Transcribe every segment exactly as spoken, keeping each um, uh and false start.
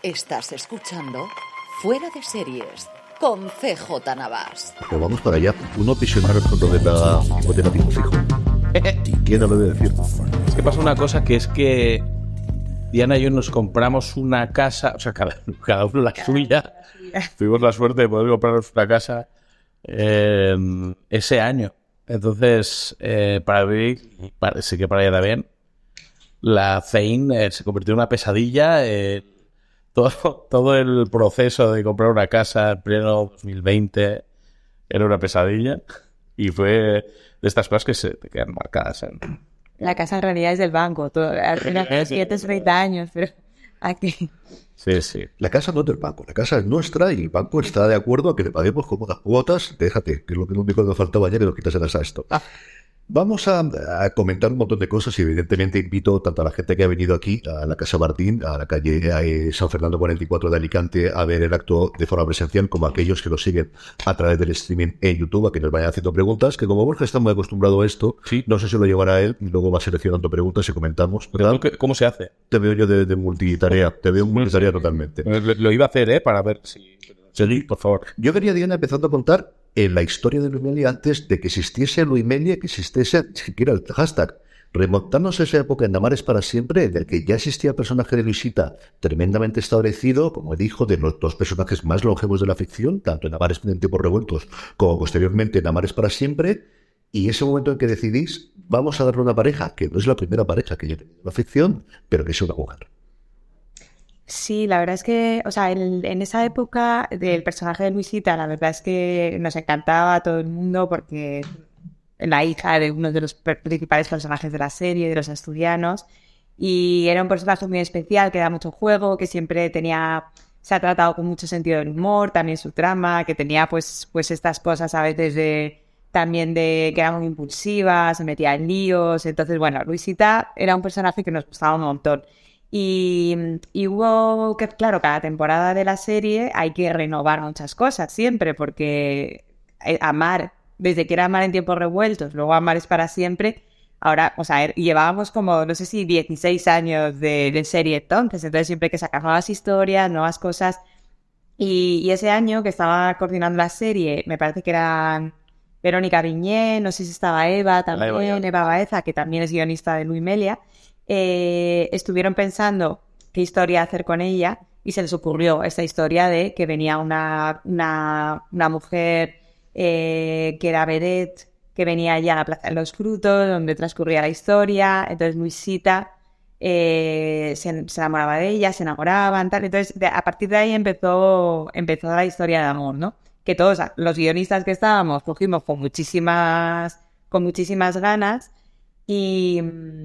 Estás escuchando Fuera de Series con C J Navas. Pero vamos para allá. Uno prisionero de la hipoteca tipo fijo. ¿Quién lo debe decir? Es que pasa una cosa, que es que Diana y yo nos compramos una casa, o sea, cada, cada uno la cada suya. La suya. Tuvimos la suerte de poder comprarnos una casa eh, ese año. Entonces, eh, para mí, sí que para ella también, la Zane eh, se convirtió en una pesadilla. Eh, todo, todo el proceso de comprar una casa en pleno dos mil veinte era una pesadilla. Y fue de estas cosas que se te quedan marcadas en... La casa en realidad es del banco. Todo, al final siete, treinta años, pero aquí... Sí, sí. La casa no es del banco, la casa es nuestra y el banco está de acuerdo a que le paguemos cómodas cuotas. Déjate, que es lo que lo único que nos faltaba ayer, que nos quitas a esto. Ah. Vamos a, a comentar un montón de cosas y evidentemente invito tanto a la gente que ha venido aquí, a la Casa Martín, a la calle a San Fernando cuarenta y cuatro de Alicante, a ver el acto de forma presencial, como a aquellos que lo siguen a través del streaming en YouTube, a que nos vayan haciendo preguntas, que como Borja está muy acostumbrado a esto, sí. No sé si lo llevará él, y luego va seleccionando preguntas y comentamos. ¿Cómo se hace? Te veo yo de, de multitarea, te veo multitarea totalmente. Lo, lo iba a hacer, ¿eh? Para ver si... Sí, por favor. Yo quería, Diana, empezando a contar en la historia de Luimelia antes de que existiese Luimelia, que existiese siquiera el hashtag. Remontarnos a esa época en Amar es para siempre, en el que ya existía el personaje de Luisita tremendamente establecido, como el hijo de los dos personajes más longevos de la ficción, tanto en Amar es en tiempos revueltos como posteriormente en Amar es para siempre, y ese momento en que decidís, vamos a darle una pareja, que no es la primera pareja que yo he tenido en la ficción, pero que es una mujer. Sí, la verdad es que, o sea, en, en esa época del personaje de Luisita, la verdad es que nos encantaba a todo el mundo porque la hija de uno de los principales personajes de la serie, de los asturianos, y era un personaje muy especial, que da mucho juego, que siempre tenía, se ha tratado con mucho sentido del humor, también su trama, que tenía pues, pues estas cosas a veces de, también de que era muy impulsiva, se metía en líos, entonces bueno, Luisita era un personaje que nos gustaba un montón. Y, y hubo que, claro, cada temporada de la serie hay que renovar muchas cosas siempre, porque Amar, desde que era Amar en tiempos revueltos, luego Amar es para siempre, ahora, o sea, llevábamos como, no sé si dieciséis años de, de serie entonces, entonces siempre hay que sacar nuevas historias, nuevas cosas, y, y ese año que estaba coordinando la serie, me parece que eran Verónica Viñé, no sé si estaba Eva también, Eva, Eva Baeza, que también es guionista de Luimelia. Eh, estuvieron pensando qué historia hacer con ella y se les ocurrió esta historia de que venía una, una, una mujer eh, que era vedette, que venía allá a la Plaza de los Frutos, donde transcurría la historia. Entonces Luisita eh, se, se enamoraba de ella, se enamoraban, tal. Entonces de, a partir de ahí empezó, empezó la historia de amor, ¿no? Que todos los guionistas que estábamos cogimos con muchísimas, con muchísimas ganas y...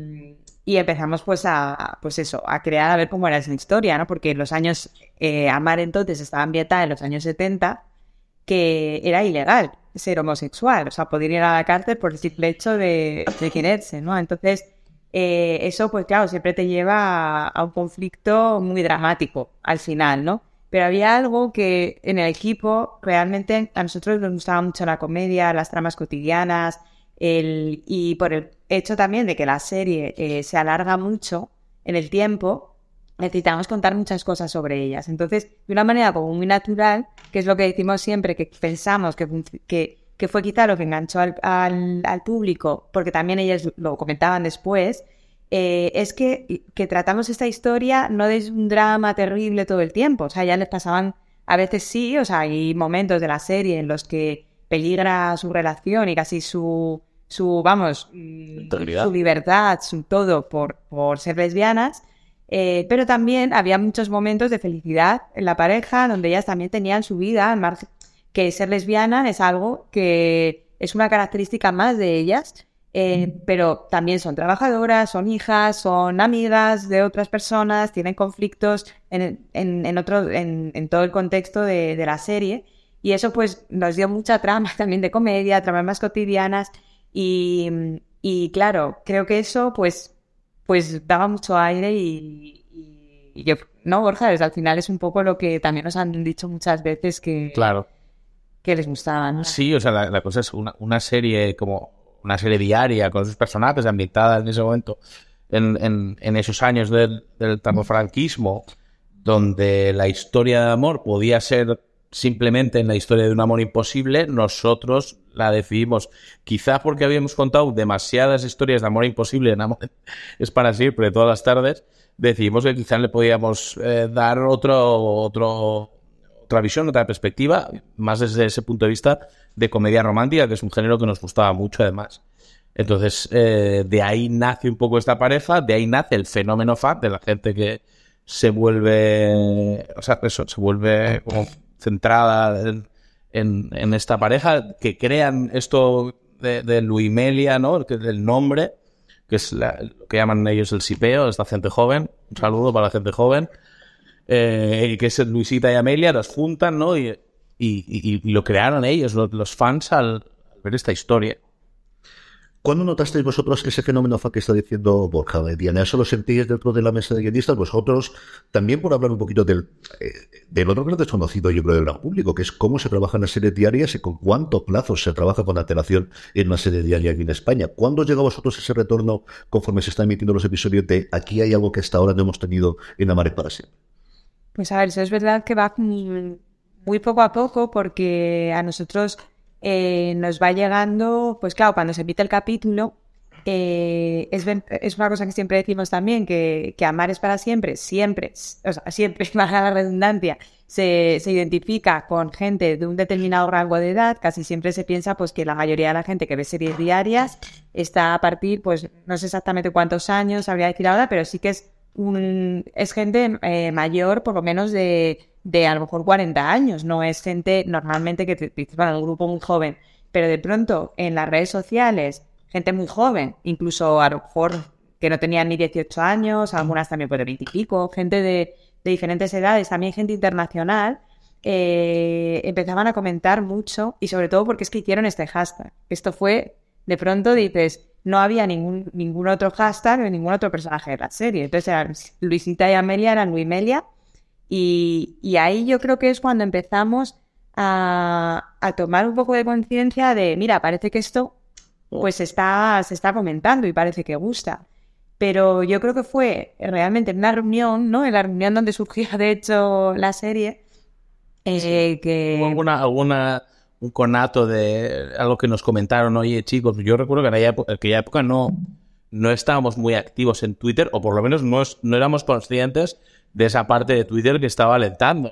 Y empezamos pues a, pues eso, a crear, a ver cómo era esa historia, ¿no? Porque en los años, eh, Amar entonces estaba ambientada en los años setenta, que era ilegal ser homosexual, o sea, poder ir a la cárcel por el simple hecho de, de quererse, ¿no? Entonces, eh, eso pues claro, siempre te lleva a, a un conflicto muy dramático al final, ¿no? Pero había algo que en el equipo realmente a nosotros nos gustaba mucho la comedia, las tramas cotidianas, el, y por el hecho también de que la serie eh, se alarga mucho en el tiempo, necesitamos contar muchas cosas sobre ellas. Entonces, de una manera como muy natural, que es lo que decimos siempre, que pensamos que, que, que fue quizá lo que enganchó al, al, al público, porque también ellas lo comentaban después, eh, es que, que tratamos esta historia no de un drama terrible todo el tiempo. O sea, ya les pasaban, a veces sí, o sea, hay momentos de la serie en los que peligra su relación y casi su... su, vamos, ¿Integridad? Su libertad, su todo por, por ser lesbianas, eh, pero también había muchos momentos de felicidad en la pareja donde ellas también tenían su vida, al margen, que ser lesbiana es algo que es una característica más de ellas, eh, pero también son trabajadoras, son hijas, son amigas de otras personas, tienen conflictos en, en, en, otro, en, en todo el contexto de, de la serie, y eso pues nos dio mucha trama también de comedia, tramas más cotidianas. Y, y claro, creo que eso pues, pues daba mucho aire y, y, y yo, no, Borja, desde al final es un poco lo que también nos han dicho muchas veces que, claro. que les gustaba, ¿no? Sí, o sea, la, la cosa es una, una serie como una serie diaria con sus personajes ambientadas en ese momento, en, en, en esos años del, del tardofranquismo, donde la historia de amor podía ser simplemente en la historia de un amor imposible, nosotros la decidimos, quizás porque habíamos contado demasiadas historias de amor imposible en Amor es para siempre todas las tardes, decidimos que quizás le podíamos eh, dar otro, otro, otra visión, otra perspectiva, más desde ese punto de vista de comedia romántica, que es un género que nos gustaba mucho además. Entonces, eh, de ahí nace un poco esta pareja, de ahí nace el fenómeno fan de la gente que se vuelve, o sea, eso, se vuelve como centrada en, en, en esta pareja, que crean esto de, de Luimelia, ¿no? Que el nombre, que es la, lo que llaman ellos el sipeo, esta gente joven, un saludo para la gente joven, eh, que es Luisita y Amelia, los juntan, ¿no? Y, y, y, y lo crearon ellos, los, los fans, al, al ver esta historia. ¿Cuándo notasteis vosotros que ese fenómeno fan que está diciendo Borja, Diana, eso lo sentíais dentro de la mesa de guionistas? Vosotros, también por hablar un poquito del, eh, del otro gran desconocido, yo creo, del gran público, que es cómo se trabajan las series diarias y con cuánto plazo se trabaja con antelación en una serie diaria aquí en España. ¿Cuándo llega a vosotros ese retorno conforme se están emitiendo los episodios de aquí hay algo que hasta ahora no hemos tenido en Amar es para siempre? Pues a ver, eso es verdad que va muy, muy poco a poco, porque a nosotros... Eh, nos va llegando, pues claro, cuando se emite el capítulo, eh, es, es una cosa que siempre decimos también, que, que Amar es para siempre, siempre, o sea, siempre, para la redundancia, se, se identifica con gente de un determinado rango de edad. Casi siempre se piensa pues que la mayoría de la gente que ve series diarias está a partir, pues no sé exactamente cuántos años, sabría decir ahora, pero sí que es un es gente eh, mayor, por lo menos de... de a lo mejor cuarenta años, no es gente normalmente que participa en un grupo muy joven, pero de pronto en las redes sociales, gente muy joven, incluso a lo mejor que no tenían ni dieciocho años, algunas también por veinte y pico, gente de, de diferentes edades, también gente internacional, eh, empezaban a comentar mucho, y sobre todo porque es que hicieron este hashtag. Esto fue, de pronto dices, no había ningún, ningún otro hashtag de ningún otro personaje de la serie, entonces eran Luisita y Amelia, eran Luimelia. Y, y ahí yo creo que es cuando empezamos a, a tomar un poco de conciencia de, mira, parece que esto pues está, se está comentando y parece que gusta. Pero yo creo que fue realmente en una reunión, ¿no? En la reunión donde surgió, de hecho, la serie, eh, sí. que... ¿Hubo alguna, alguna, un conato de algo que nos comentaron? Oye, chicos, yo recuerdo que en aquella época, en aquella época no, no estábamos muy activos en Twitter, o por lo menos no, no éramos conscientes de esa parte de Twitter que estaba alentando.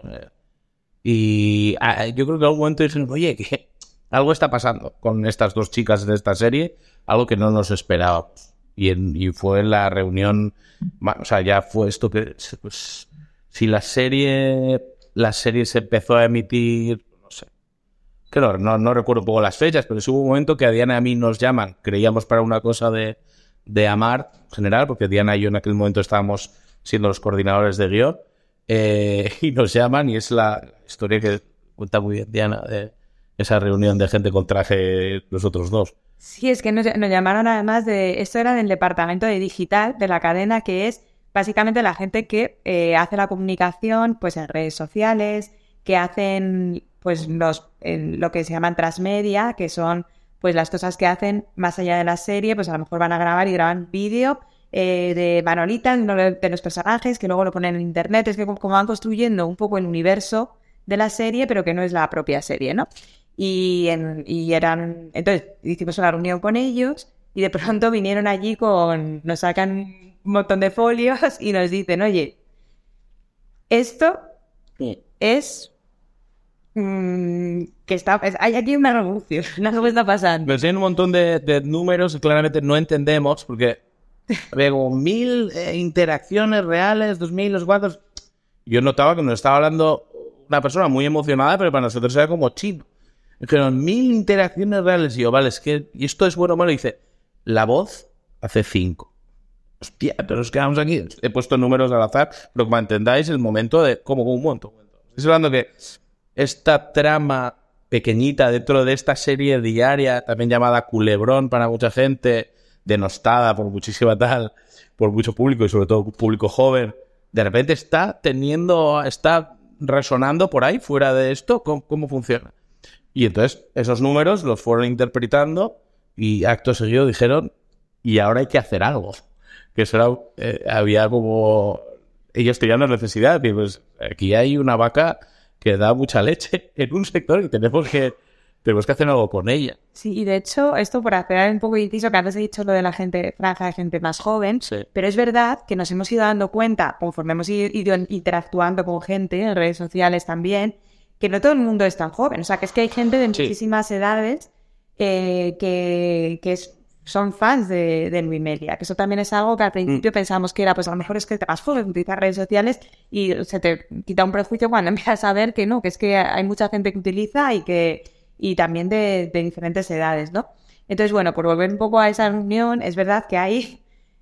Y a, yo creo que en algún momento dijeron, oye, que algo está pasando con estas dos chicas de esta serie, algo que no nos esperábamos. Y, en, y fue en la reunión, o sea, ya fue esto que, pues, si la serie, la serie se empezó a emitir, no sé, que no, no, no recuerdo un poco las fechas, pero sí hubo un momento que a Diana y a mí nos llaman, creíamos para una cosa de, de Amar en general, porque Diana y yo en aquel momento estábamos siendo los coordinadores de guión, eh, y nos llaman, y es la historia que cuenta muy bien Diana, de esa reunión de gente con traje, los otros dos. Sí, es que nos, nos llamaron además de... Esto era del departamento de digital de la cadena, que es básicamente la gente que eh, hace la comunicación pues en redes sociales, que hacen pues los en lo que se llaman transmedia, que son pues las cosas que hacen más allá de la serie, pues a lo mejor van a grabar y graban vídeo Eh, de Manolita, de los personajes, que luego lo ponen en internet. Es que como van construyendo un poco el universo de la serie, pero que no es la propia serie, ¿no? Y, en, y eran... Entonces hicimos una reunión con ellos y de pronto vinieron allí con... Nos sacan un montón de folios y nos dicen, oye, esto es... Mmm, que está... Hay aquí una revolución, algo está pasando. Nos tienen un montón de, de números que claramente no entendemos, porque... Había como mil eh, interacciones reales, dos mil, los cuantos. Yo notaba que nos estaba hablando una persona muy emocionada, pero para nosotros era como chino. Dijeron, mil interacciones reales. Y yo, vale, es que ¿y esto es bueno o malo? Y dice, la voz hace cinco. Hostia, pero nos quedamos aquí. He puesto números al azar, pero como entendáis el momento de cómo un momento. Estoy hablando que esta trama pequeñita dentro de esta serie diaria, también llamada Culebrón para mucha gente, denostada por muchísima tal, por mucho público y sobre todo público joven, de repente está teniendo, está resonando por ahí, fuera de esto, ¿cómo, cómo funciona? Y entonces esos números los fueron interpretando y acto seguido dijeron, y ahora hay que hacer algo. Que eso era, eh, había como ellos tenían la necesidad. Y pues aquí hay una vaca que da mucha leche en un sector y tenemos que, tenemos que hacer algo con ella. Sí, y de hecho, esto por hacer un poco de inciso, que antes he dicho lo de la gente, franja de gente más joven, Sí. pero es verdad que nos hemos ido dando cuenta, conforme hemos ido interactuando con gente en redes sociales también, que no todo el mundo es tan joven. O sea, que es que hay gente de Sí. muchísimas edades eh, que, que es, son fans de, de Nuimelia. Que eso también es algo que al principio mm. pensamos que era, pues a lo mejor es que te vas joven, utilizar redes sociales y se te quita un prejuicio cuando empiezas a ver que no, que es que hay mucha gente que utiliza y que y también de, de diferentes edades, ¿no? Entonces, bueno, por volver un poco a esa reunión, es verdad que ahí,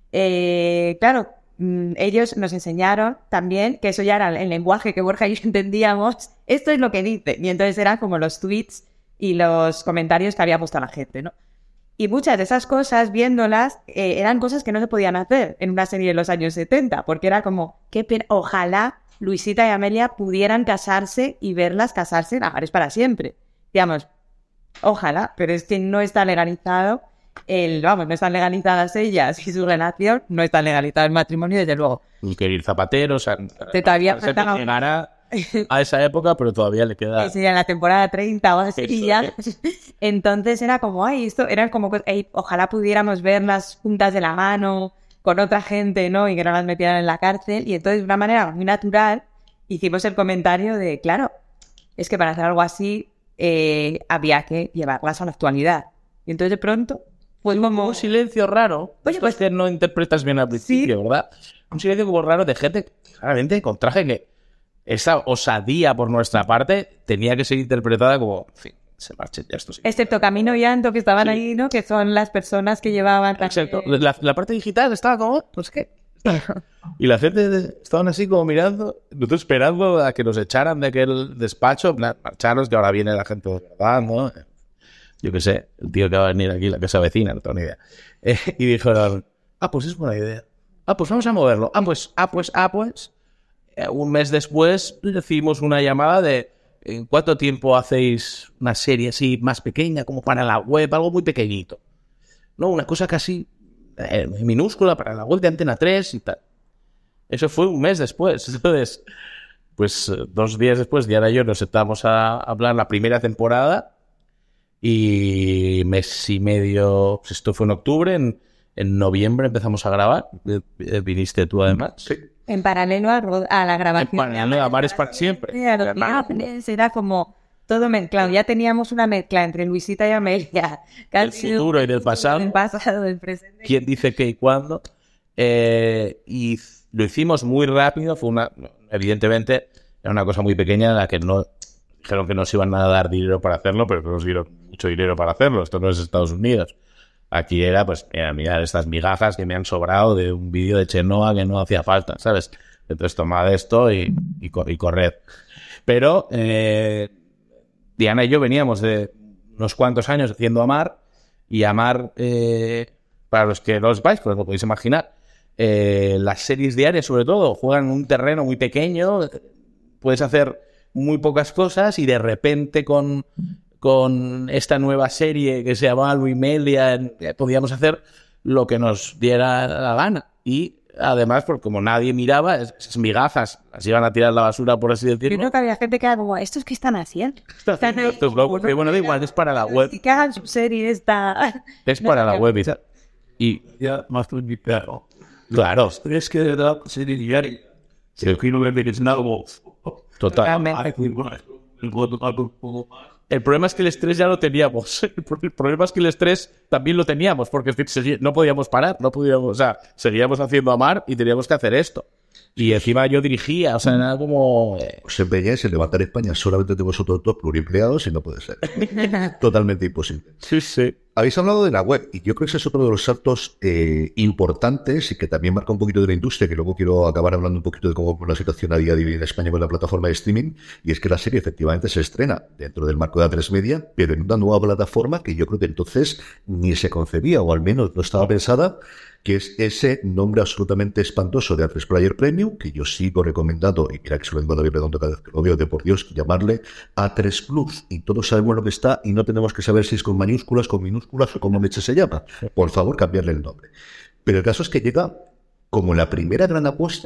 eh, claro, mmm, ellos nos enseñaron también que eso ya era el lenguaje que Borja y yo entendíamos, esto es lo que dice, y entonces eran como los tweets y los comentarios que había puesto la gente, ¿no? Y muchas de esas cosas, viéndolas, eh, eran cosas que no se podían hacer en una serie de los años setenta, porque era como, qué pena, ojalá Luisita y Amelia pudieran casarse y verlas casarse en Amares para siempre. Digamos, ojalá, pero es que no está legalizado, el, vamos, no están legalizadas ellas y su relación, no está legalizado el matrimonio, desde luego. Y querer Zapatero, o sea, Te todavía falta llegará a esa época, pero todavía le queda... Sería en la temporada treinta o así, Eso, y ya. ¿eh? Entonces era como, ay, esto, era como, hey, ojalá pudiéramos verlas juntas de la mano con otra gente, ¿no? Y que no las metieran en la cárcel. Y entonces, de una manera muy natural, hicimos el comentario de, claro, es que para hacer algo así eh, había que llevarlas a la actualidad. Y entonces, de pronto, pues como... un silencio raro. Oye, pues... que no interpretas bien al principio, ¿sí? ¿Verdad? Un silencio como raro de gente, claramente, con traje que esa osadía por nuestra parte tenía que ser interpretada como, en fin, se marchen ya estos. Excepto Camino y Anto, que estaban sí. ahí, ¿no? Que son las personas que llevaban... Exacto. La, la parte digital estaba como, pues qué. Y la gente estaban así como mirando, nosotros esperando a que nos echaran de aquel despacho, marcharos, que ahora viene la gente de verdad, ¿no? Yo qué sé, el tío que va a venir aquí, la casa vecina, no tengo ni idea. Eh, y dijeron, ah, pues es buena idea. Ah, pues vamos a moverlo. Ah, pues, ah, pues, ah, pues. Eh, un mes después recibimos una llamada de ¿en cuánto tiempo hacéis una serie así más pequeña, como para la web, algo muy pequeñito? No, una cosa casi eh, minúscula para la web de Antena tres y tal. Eso fue un mes después. Entonces, pues dos días después, Diana y yo nos sentamos a hablar la primera temporada y mes y medio, pues esto fue en octubre, en, en noviembre empezamos a grabar. Viniste tú además. Sí. En paralelo a, a la grabación. En paralelo a Amares para siempre. Era como todo mezclado. Ya teníamos una mezcla entre Luisita y Amelia. Del futuro y del pasado. Del pasado, del presente. ¿Quién dice qué y cuándo? Eh, y lo hicimos muy rápido. Fue una, evidentemente, era una cosa muy pequeña en la que no dijeron que nos iban a dar dinero para hacerlo, pero que nos dieron mucho dinero para hacerlo. Esto no es Estados Unidos. Aquí era, pues, mira, mirad estas migajas que me han sobrado de un vídeo de Chenoa que no hacía falta, ¿sabes? Entonces tomad esto y, y, y corred. Pero eh, Diana y yo veníamos de unos cuantos años haciendo Amar, y Amar, eh, para los que no lo sepáis, pues lo podéis imaginar, eh, las series diarias, sobre todo, juegan en un terreno muy pequeño, puedes hacer muy pocas cosas y de repente con... con esta nueva serie que se llamaba Nuimelia, podíamos hacer lo que nos diera la gana. Y además, porque como nadie miraba, esas migajas las iban a tirar a la basura, por así decirlo. Yo creo que había gente que era como, ¿estos qué están haciendo? Están Esto es loco. Pero bueno, da igual, es para la web. Y que hagan su serie esta... Es para la web. Y ya más invitado. Claro. Es que de la serie diaria. Si aquí no me es nada. Total. El problema es que el estrés ya lo teníamos. El problema es que el estrés también lo teníamos, porque no podíamos parar, no podíamos, o sea, seguíamos haciendo Amar y teníamos que hacer esto. Y encima yo dirigía, o sea, era como... Eh... Os empeñáis en levantar España solamente de vosotros dos pluriempleados y no puede ser. Totalmente imposible. Sí, sí. Habéis hablado de la web y yo creo que ese es otro de los saltos eh, importantes y que también marca un poquito de la industria, que luego quiero acabar hablando un poquito de cómo es la situación a día de hoy en España con la plataforma de streaming, y es que la serie efectivamente se estrena dentro del marco de A tres Media, pero en una nueva plataforma que yo creo que entonces ni se concebía, o al menos no estaba pensada, que es ese nombre absolutamente espantoso de A tres Player Premium, que yo sigo recomendando, y mira que se lo digo a David Redondo cada vez que lo veo, de por Dios, llamarle A tres Plus, y todos sabemos lo que está, y no tenemos que saber si es con mayúsculas, con minúsculas, o como leche se llama. Por favor, cambiarle el nombre. Pero el caso es que llega como la primera gran apuesta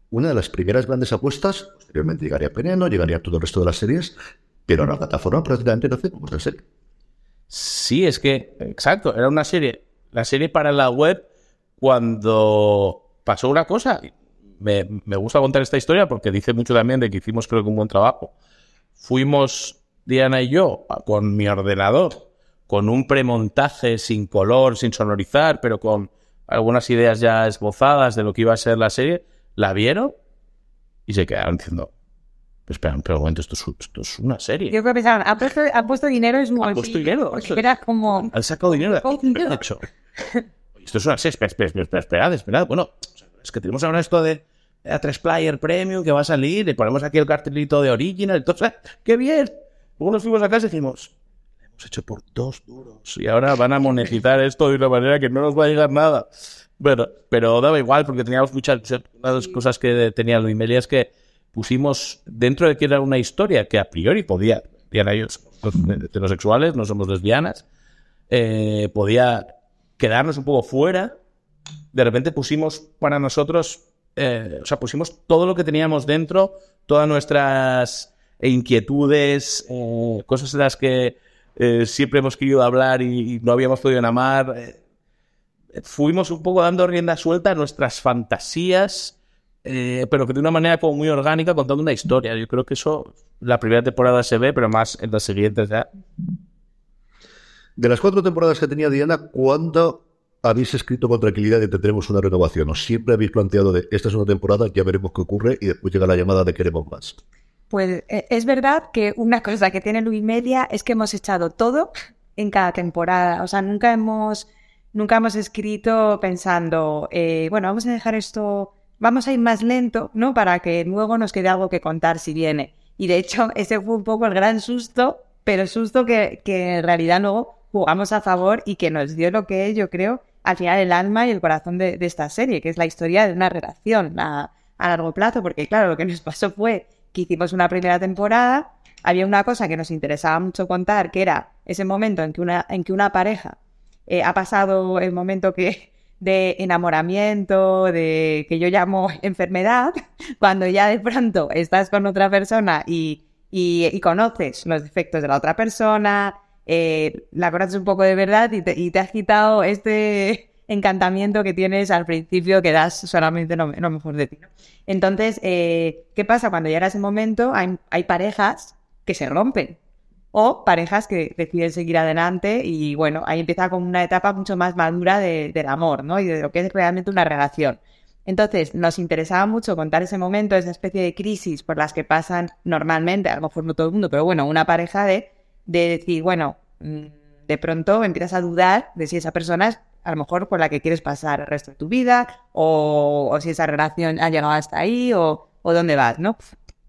una de las primeras grandes apuestas. Posteriormente llegaría Veneno, llegaría todo el resto de las series, pero en la plataforma prácticamente no hacemos la serie. Sí, es que, exacto, era una serie, la serie para la web cuando pasó una cosa. Me, me gusta contar esta historia porque dice mucho también de que hicimos, creo que, un buen trabajo. Fuimos, Diana y yo, con mi ordenador, con un premontaje sin color, sin sonorizar, pero con algunas ideas ya esbozadas de lo que iba a ser la serie. La vieron y se quedaron diciendo: espera, pero un momento, esto es, esto es una serie. Yo creo que pensaban, han puesto, han puesto dinero en su Han puesto dinero. Era como... Han sacado dinero de aquí. ¿Qué han hecho? Esto es una serie. Espera, espera, espera, esperad, esperad. Bueno, es que tenemos ahora esto de a tres player premium que va a salir, le ponemos aquí el cartelito de original, entonces, ¡qué bien! Luego nos fuimos a casa y dijimos: hemos hecho por dos duros y ahora van a monetizar esto de una manera que no nos va a llegar nada. Bueno, pero daba igual porque teníamos muchas... Una de las cosas que tenía Luimelia es que pusimos dentro de que era una historia que a priori podía... Diana y yo somos heterosexuales, no somos lesbianas, eh, podía quedarnos un poco fuera. De repente pusimos para nosotros... Eh, o sea, pusimos todo lo que teníamos dentro, todas nuestras inquietudes, eh, cosas de las que eh, siempre hemos querido hablar y, y no habíamos podido amar. Eh, fuimos un poco dando rienda suelta a nuestras fantasías, eh, pero que de una manera como muy orgánica, contando una historia. Yo creo que eso, la primera temporada se ve, pero más en las siguientes ya. De las cuatro temporadas que tenía Diana, ¿cuándo habéis escrito con tranquilidad que tendremos una renovación? ¿O siempre habéis planteado de esta es una temporada, ya veremos qué ocurre y después llega la llamada de queremos más? Pues es verdad que una cosa que tiene Luimelia es que hemos echado todo en cada temporada. O sea, nunca hemos, nunca hemos escrito pensando, eh, bueno, vamos a dejar esto, vamos a ir más lento, ¿no? Para que luego nos quede algo que contar si viene. Y de hecho, ese fue un poco el gran susto, pero susto que, que en realidad luego jugamos a favor y que nos dio lo que es, yo creo, al final el alma y el corazón de, de esta serie, que es la historia de una relación a, a largo plazo. Porque claro, lo que nos pasó fue que hicimos una primera temporada, había una cosa que nos interesaba mucho contar, que era ese momento en que una, en que una pareja eh, ha pasado el momento que de enamoramiento, de que yo llamo enfermedad, cuando ya de pronto estás con otra persona y, y, y conoces los defectos de la otra persona, eh, la conoces un poco de verdad y te, y te has quitado este encantamiento que tienes al principio, que das solamente lo, lo mejor de ti, ¿no? Entonces, eh, ¿qué pasa? Cuando llega ese momento hay, hay parejas que se rompen o parejas que deciden seguir adelante y bueno, ahí empieza como una etapa mucho más madura de, del amor, ¿no? Y de lo que es realmente una relación. Entonces, nos interesaba mucho contar ese momento, esa especie de crisis por las que pasan normalmente, a lo mejor no todo el mundo, pero bueno, una pareja de, de decir, bueno, de pronto empiezas a dudar de si esa persona es a lo mejor por la que quieres pasar el resto de tu vida, o, o si esa relación ha llegado hasta ahí, o, o dónde vas, ¿no?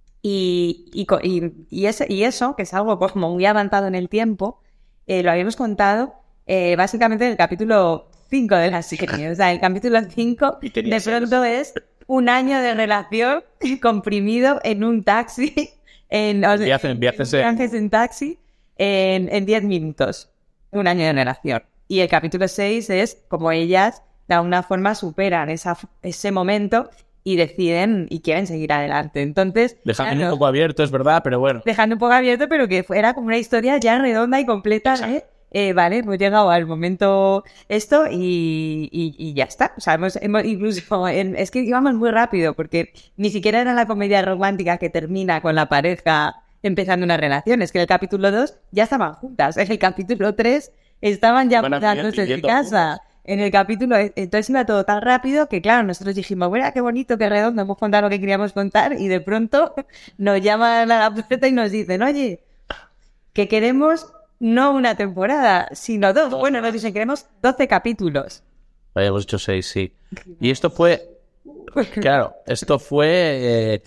Y, y, y, y, ese, y eso, que es algo como muy avanzado en el tiempo, eh, lo habíamos contado eh, básicamente en el capítulo cinco de la serie. O sea, el capítulo cinco de pronto es un año de relación comprimido en un taxi, en, o sea, viajes, en, viajes, en, viajes en taxi, en, en diez minutos. Un año de relación. Y el capítulo seis es como ellas de alguna forma superan esa, ese momento y deciden y quieren seguir adelante. Entonces, dejando claro, un poco abierto, es verdad, pero bueno. Dejando un poco abierto, pero que fuera como una historia ya redonda y completa. ¿eh? Eh, vale, hemos llegado al momento esto y, y, y ya está. O sea, hemos, hemos incluso... En, es que íbamos muy rápido porque ni siquiera era la comedia romántica que termina con la pareja empezando una relación. Es que en el capítulo dos ya estaban juntas. En el capítulo tres estaban ya mudándose de casa. En el capítulo, entonces iba todo tan rápido que, claro, nosotros dijimos, bueno, qué bonito, qué redondo, hemos contado lo que queríamos contar, y de pronto nos llaman a la puerta y nos dicen, oye, que queremos no una temporada, sino dos. Bueno, nos dicen, queremos doce capítulos. Habíamos hecho seis, sí. Y esto fue, claro, esto fue, eh,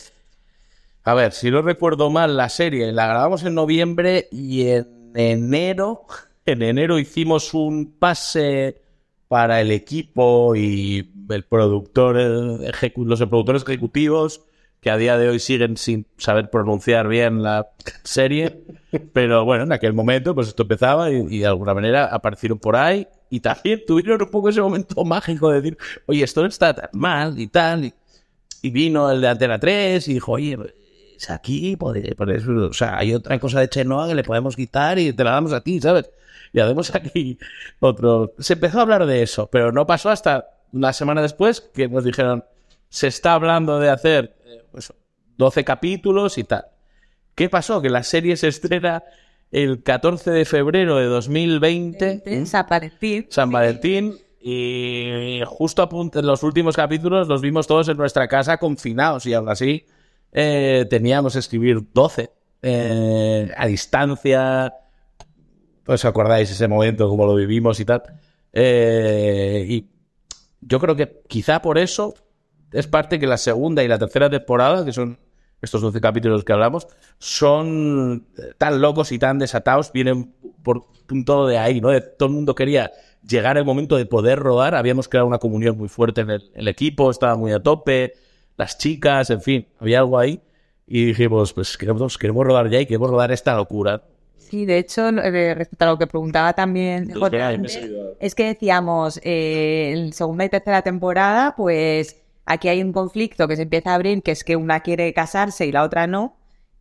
a ver, si no recuerdo mal, la serie la grabamos en noviembre y en enero, en enero hicimos un pase para el equipo y el productor, el ejecu- los productores ejecutivos, que a día de hoy siguen sin saber pronunciar bien la serie, pero bueno, en aquel momento pues esto empezaba y, y de alguna manera aparecieron por ahí y también tuvieron un poco ese momento mágico de decir, oye, esto no está tan mal y tal, y, y vino el de Antena tres y dijo, oye, aquí podría, por eso, o sea, hay otra cosa de Chenoa que le podemos quitar y te la damos a ti, ¿sabes? Y hacemos aquí otro... Se empezó a hablar de eso, pero no pasó hasta una semana después que nos dijeron, se está hablando de hacer eh, pues, doce capítulos y tal. ¿Qué pasó? Que la serie se estrena el catorce de febrero de dos mil veinte. ¿Eh? San Valentín. San Valentín. Y justo a punto, en los últimos capítulos los vimos todos en nuestra casa confinados y aún así eh, teníamos que escribir doce eh, a distancia. Pues acordáis ese momento, cómo lo vivimos y tal. Eh, y yo creo que quizá por eso es parte que la segunda y la tercera temporada, que son estos doce capítulos que hablamos, son tan locos y tan desatados, vienen por punto de ahí, ¿no? De, todo el mundo quería llegar al momento de poder rodar, habíamos creado una comunión muy fuerte en el, el equipo, estaba muy a tope, las chicas, en fin, había algo ahí, y dijimos, pues queremos, queremos rodar ya y queremos rodar esta locura. Sí, de hecho, eh, respecto a lo que preguntaba también, J, es que decíamos, eh, en segunda y tercera temporada, pues aquí hay un conflicto que se empieza a abrir, que es que una quiere casarse y la otra no,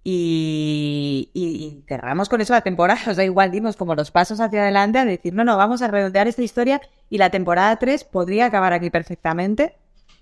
y, y, y cerramos con eso la temporada. O sea, igual dimos como los pasos hacia adelante a decir, no, no, vamos a redondear esta historia y la temporada tres podría acabar aquí perfectamente,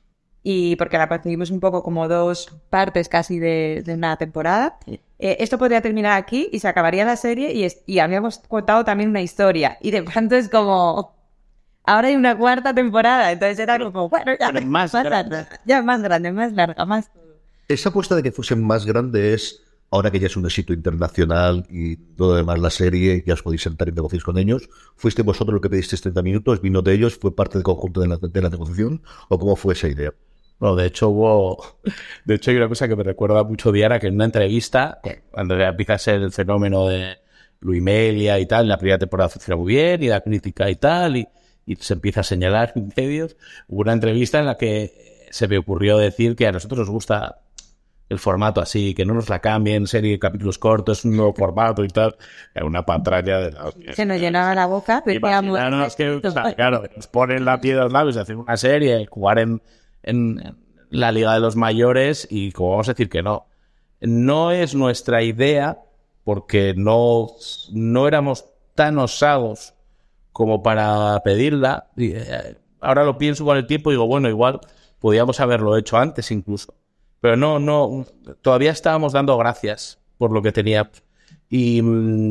y porque la percibimos un poco como dos partes casi de, de una temporada. Eh, esto podría terminar aquí y se acabaría la serie y, es, y habíamos contado también una historia, y de pronto es como... Ahora hay una cuarta temporada, entonces era como, bueno, ya más, más larga, ya más grande, más larga, más todo. Esa apuesta de que fuese más grande es, ahora que ya es un éxito internacional y todo lo demás, la serie, ya os podéis sentar y negociar con ellos, ¿fuiste vosotros lo que pedisteis treinta minutos? ¿Vino de ellos? ¿Fue parte del conjunto de la, de la negociación? ¿O cómo fue esa idea? Bueno, de hecho hubo... De hecho hay una cosa que me recuerda mucho Diana, que en una entrevista, cuando ya empieza a ser el fenómeno de Luimelia y tal, la primera temporada funciona muy bien, y la crítica y tal, y... y se empieza a señalar en medios. Hubo una entrevista en la que se me ocurrió decir que a nosotros nos gusta el formato así, que no nos la cambien, serie de capítulos cortos, un nuevo formato y tal. Era una patraña de la... Se nos llenaba la boca. Imaginaros que, o sea, claro, nos ponen la piedra a los labios de hacer una serie, jugar en, en, en la Liga de los Mayores, y como vamos a decir que no. No es nuestra idea, porque no, no éramos tan osados como para pedirla. Ahora lo pienso con el tiempo y digo, bueno, igual podíamos haberlo hecho antes incluso. Pero no, no, todavía estábamos dando gracias por lo que tenía. Y,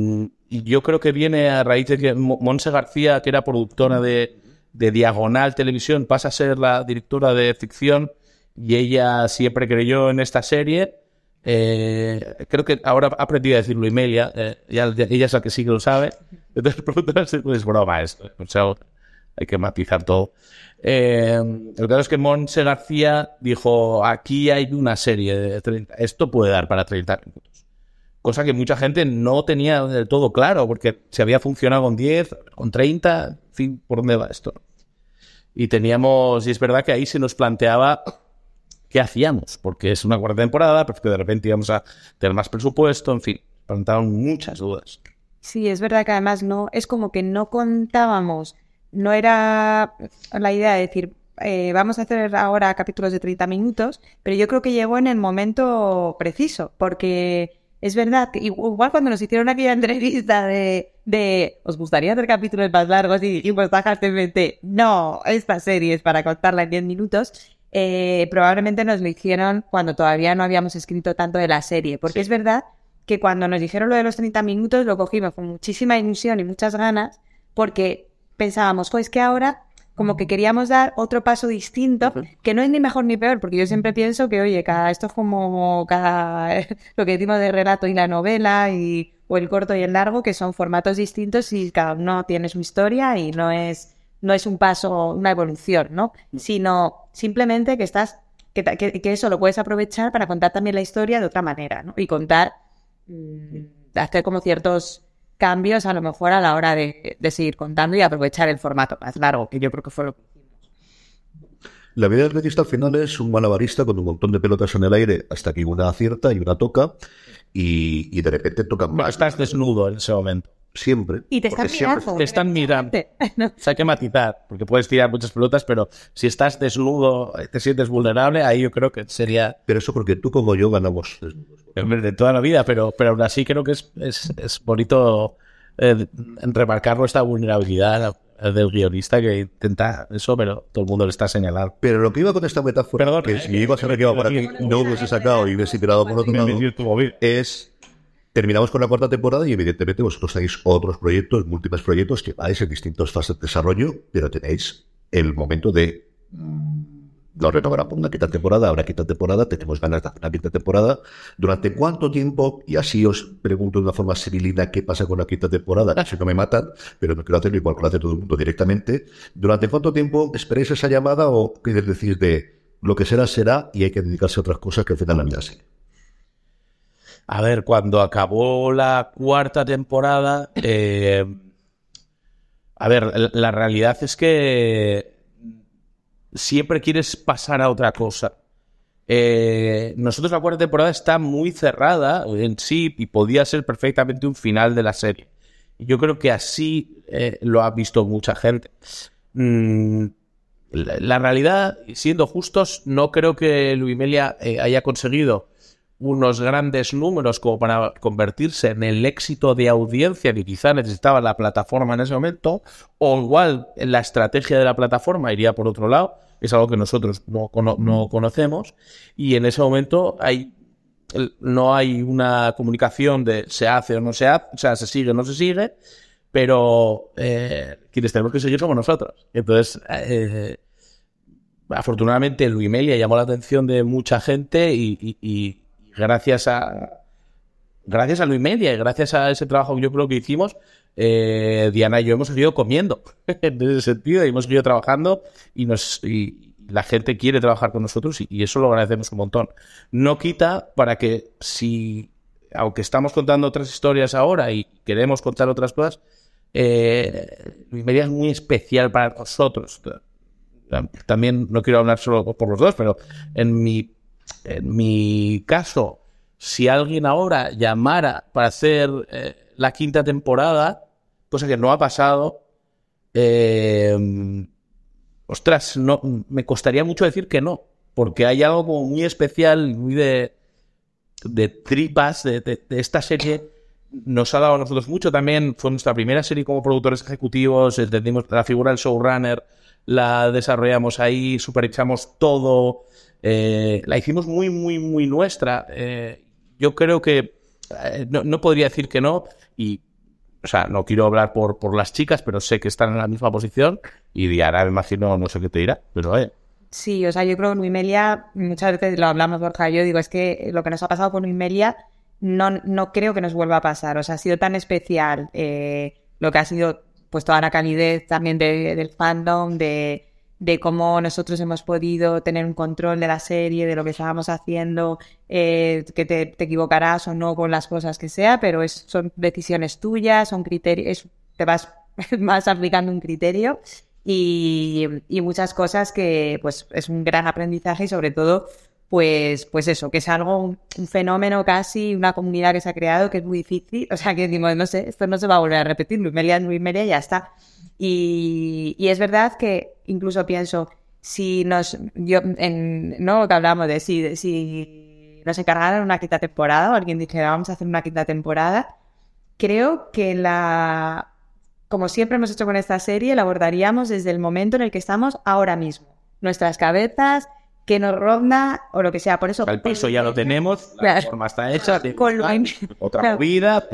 y yo creo que viene a raíz de que Montse García, que era productora de, de Diagonal Televisión, pasa a ser la directora de ficción, y ella siempre creyó en esta serie. Eh, creo que ahora ha aprendido a decirlo Imelia, eh, ya, ya, ella es la que sí que lo sabe. Entonces, es broma esto, o sea, hay que matizar todo. Eh, el caso es que Montse García dijo, aquí hay una serie de treinta, esto puede dar para treinta minutos. Cosa que mucha gente no tenía del todo claro, porque se había funcionado con diez, con treinta, en fin, ¿por dónde va esto? Y teníamos, y es verdad que ahí se nos planteaba qué hacíamos, porque es una cuarta temporada, pero que de repente íbamos a tener más presupuesto, en fin, planteaban muchas dudas. Sí, es verdad que además no, es como que no contábamos, no era la idea de decir, eh, vamos a hacer ahora capítulos de treinta minutos, pero yo creo que llegó en el momento preciso, porque es verdad que igual cuando nos hicieron aquella entrevista de, de ¿os gustaría hacer capítulos más largos? Y dijimos tajantemente, no, esta serie es para contarla en diez minutos, eh, probablemente nos lo hicieron cuando todavía no habíamos escrito tanto de la serie, porque sí. Es verdad que cuando nos dijeron lo de los treinta minutos lo cogimos con muchísima ilusión y muchas ganas, porque pensábamos, jo, es que ahora como que queríamos dar otro paso distinto, que no es ni mejor ni peor, porque yo siempre pienso que, oye, cada esto es como cada lo que decimos de relato y la novela, y o el corto y el largo, que son formatos distintos y cada uno tiene su historia y no es no es un paso, una evolución, ¿no? Sino simplemente que estás que, que, que eso lo puedes aprovechar para contar también la historia de otra manera, ¿no? Y contar, mmm, hacer como ciertos cambios a lo mejor a la hora de, de seguir contando y aprovechar el formato más largo, que yo creo que fue lo que hicimos. La vida del guionista al final es un malabarista con un montón de pelotas en el aire hasta que una acierta y una toca, y, y de repente toca más. Estás desnudo en ese momento. siempre. Y te están porque siempre- mirando. Te están mirando. No. O sea, hay que matizar, porque puedes tirar muchas pelotas, pero si estás desnudo, te sientes vulnerable, ahí yo creo que sería Pero eso porque tú como yo ganamos desnudos. de toda la vida, pero, pero aún así creo que es, es, es bonito eh, remarcar nuestra vulnerabilidad del guionista que intenta eso, pero todo el mundo le está señalando. Pero lo que iba con esta metáfora, Perdón, que eh, si iba a ser que iba para aquí, no lo hubiese sacado y hubiese tirado por otro lado, es... Terminamos con la cuarta temporada y evidentemente vosotros tenéis otros proyectos, múltiples proyectos que vais en distintas fases de desarrollo, pero tenéis el momento de no renovará por una quinta temporada, habrá quinta temporada, tenemos ganas de hacer una quinta temporada. ¿Durante cuánto tiempo? Y así os pregunto de una forma civilina qué pasa con la quinta temporada, si no me matan, pero no quiero hacerlo igual que lo hace todo el mundo directamente. ¿Durante cuánto tiempo esperáis esa llamada o queréis decir de lo que será, será y hay que dedicarse a otras cosas que al final la vida sigue? A ver, cuando acabó la cuarta temporada, eh, a ver, la, la realidad es que siempre quieres pasar a otra cosa. Eh, nosotros la cuarta temporada está muy cerrada en sí y podía ser perfectamente un final de la serie. Yo creo que así eh, lo ha visto mucha gente. Mm, la, la realidad, siendo justos, no creo que Luimelia eh, haya conseguido unos grandes números como para convertirse en el éxito de audiencia que quizá necesitaba la plataforma en ese momento, o igual la estrategia de la plataforma iría por otro lado, es algo que nosotros no, cono- no conocemos, y en ese momento hay no hay una comunicación de se hace o no se hace, o sea, se sigue o no se sigue, pero eh, quienes tenemos que seguir somos nosotros. Entonces, eh, afortunadamente Luimelia llamó la atención de mucha gente y, y, y gracias a gracias a Luimelia y gracias a ese trabajo que yo creo que hicimos, eh, Diana y yo hemos seguido comiendo en ese sentido y hemos seguido trabajando y nos y la gente quiere trabajar con nosotros y, y eso lo agradecemos un montón. No quita para que si, aunque estamos contando otras historias ahora y queremos contar otras cosas, eh, Luimelia es muy especial para nosotros. También no quiero hablar solo por los dos, pero en mi En mi caso, si alguien ahora llamara para hacer eh, la quinta temporada, cosa que no ha pasado, eh, ostras, no, me costaría mucho decir que no, porque hay algo como muy especial, muy de, de tripas de, de, de esta serie. Nos ha dado a nosotros mucho también, fue nuestra primera serie como productores ejecutivos, entendimos la figura del showrunner, la desarrollamos ahí, supervisamos todo. Eh, la hicimos muy, muy, muy nuestra. Eh, yo creo que eh, no, no podría decir que no. Y, o sea, no quiero hablar por, por las chicas, pero sé que están en la misma posición. Y Diana, me imagino, no sé qué te dirá, pero eh. Sí, o sea, yo creo que Luimelia, muchas veces lo hablamos, Borja y yo, digo, es que lo que nos ha pasado con Luimelia no, no creo que nos vuelva a pasar. O sea, ha sido tan especial eh, lo que ha sido, pues, toda la calidez también de, del fandom, de... de cómo nosotros hemos podido tener un control de la serie, de lo que estábamos haciendo, eh, que te, te equivocarás o no con las cosas que sea, pero es, son decisiones tuyas, son criterios, te vas, vas aplicando un criterio y, y muchas cosas que pues es un gran aprendizaje y sobre todo pues pues eso, que es algo, un, un fenómeno casi, una comunidad que se ha creado que es muy difícil, o sea que decimos, no sé, esto no se va a volver a repetir, Luimelia es Luimelia y ya está. Y, y es verdad que incluso pienso, si nos, yo, en, no que hablamos de si, de, si nos encargaran una quinta temporada o alguien dijera vamos a hacer una quinta temporada, creo que la, como siempre hemos hecho con esta serie, la abordaríamos desde el momento en el que estamos ahora mismo. Nuestras cabezas, que nos ronda o lo que sea. Por eso el piso ya lo tenemos, la claro, forma está hecha, con lo... otra claro. movida,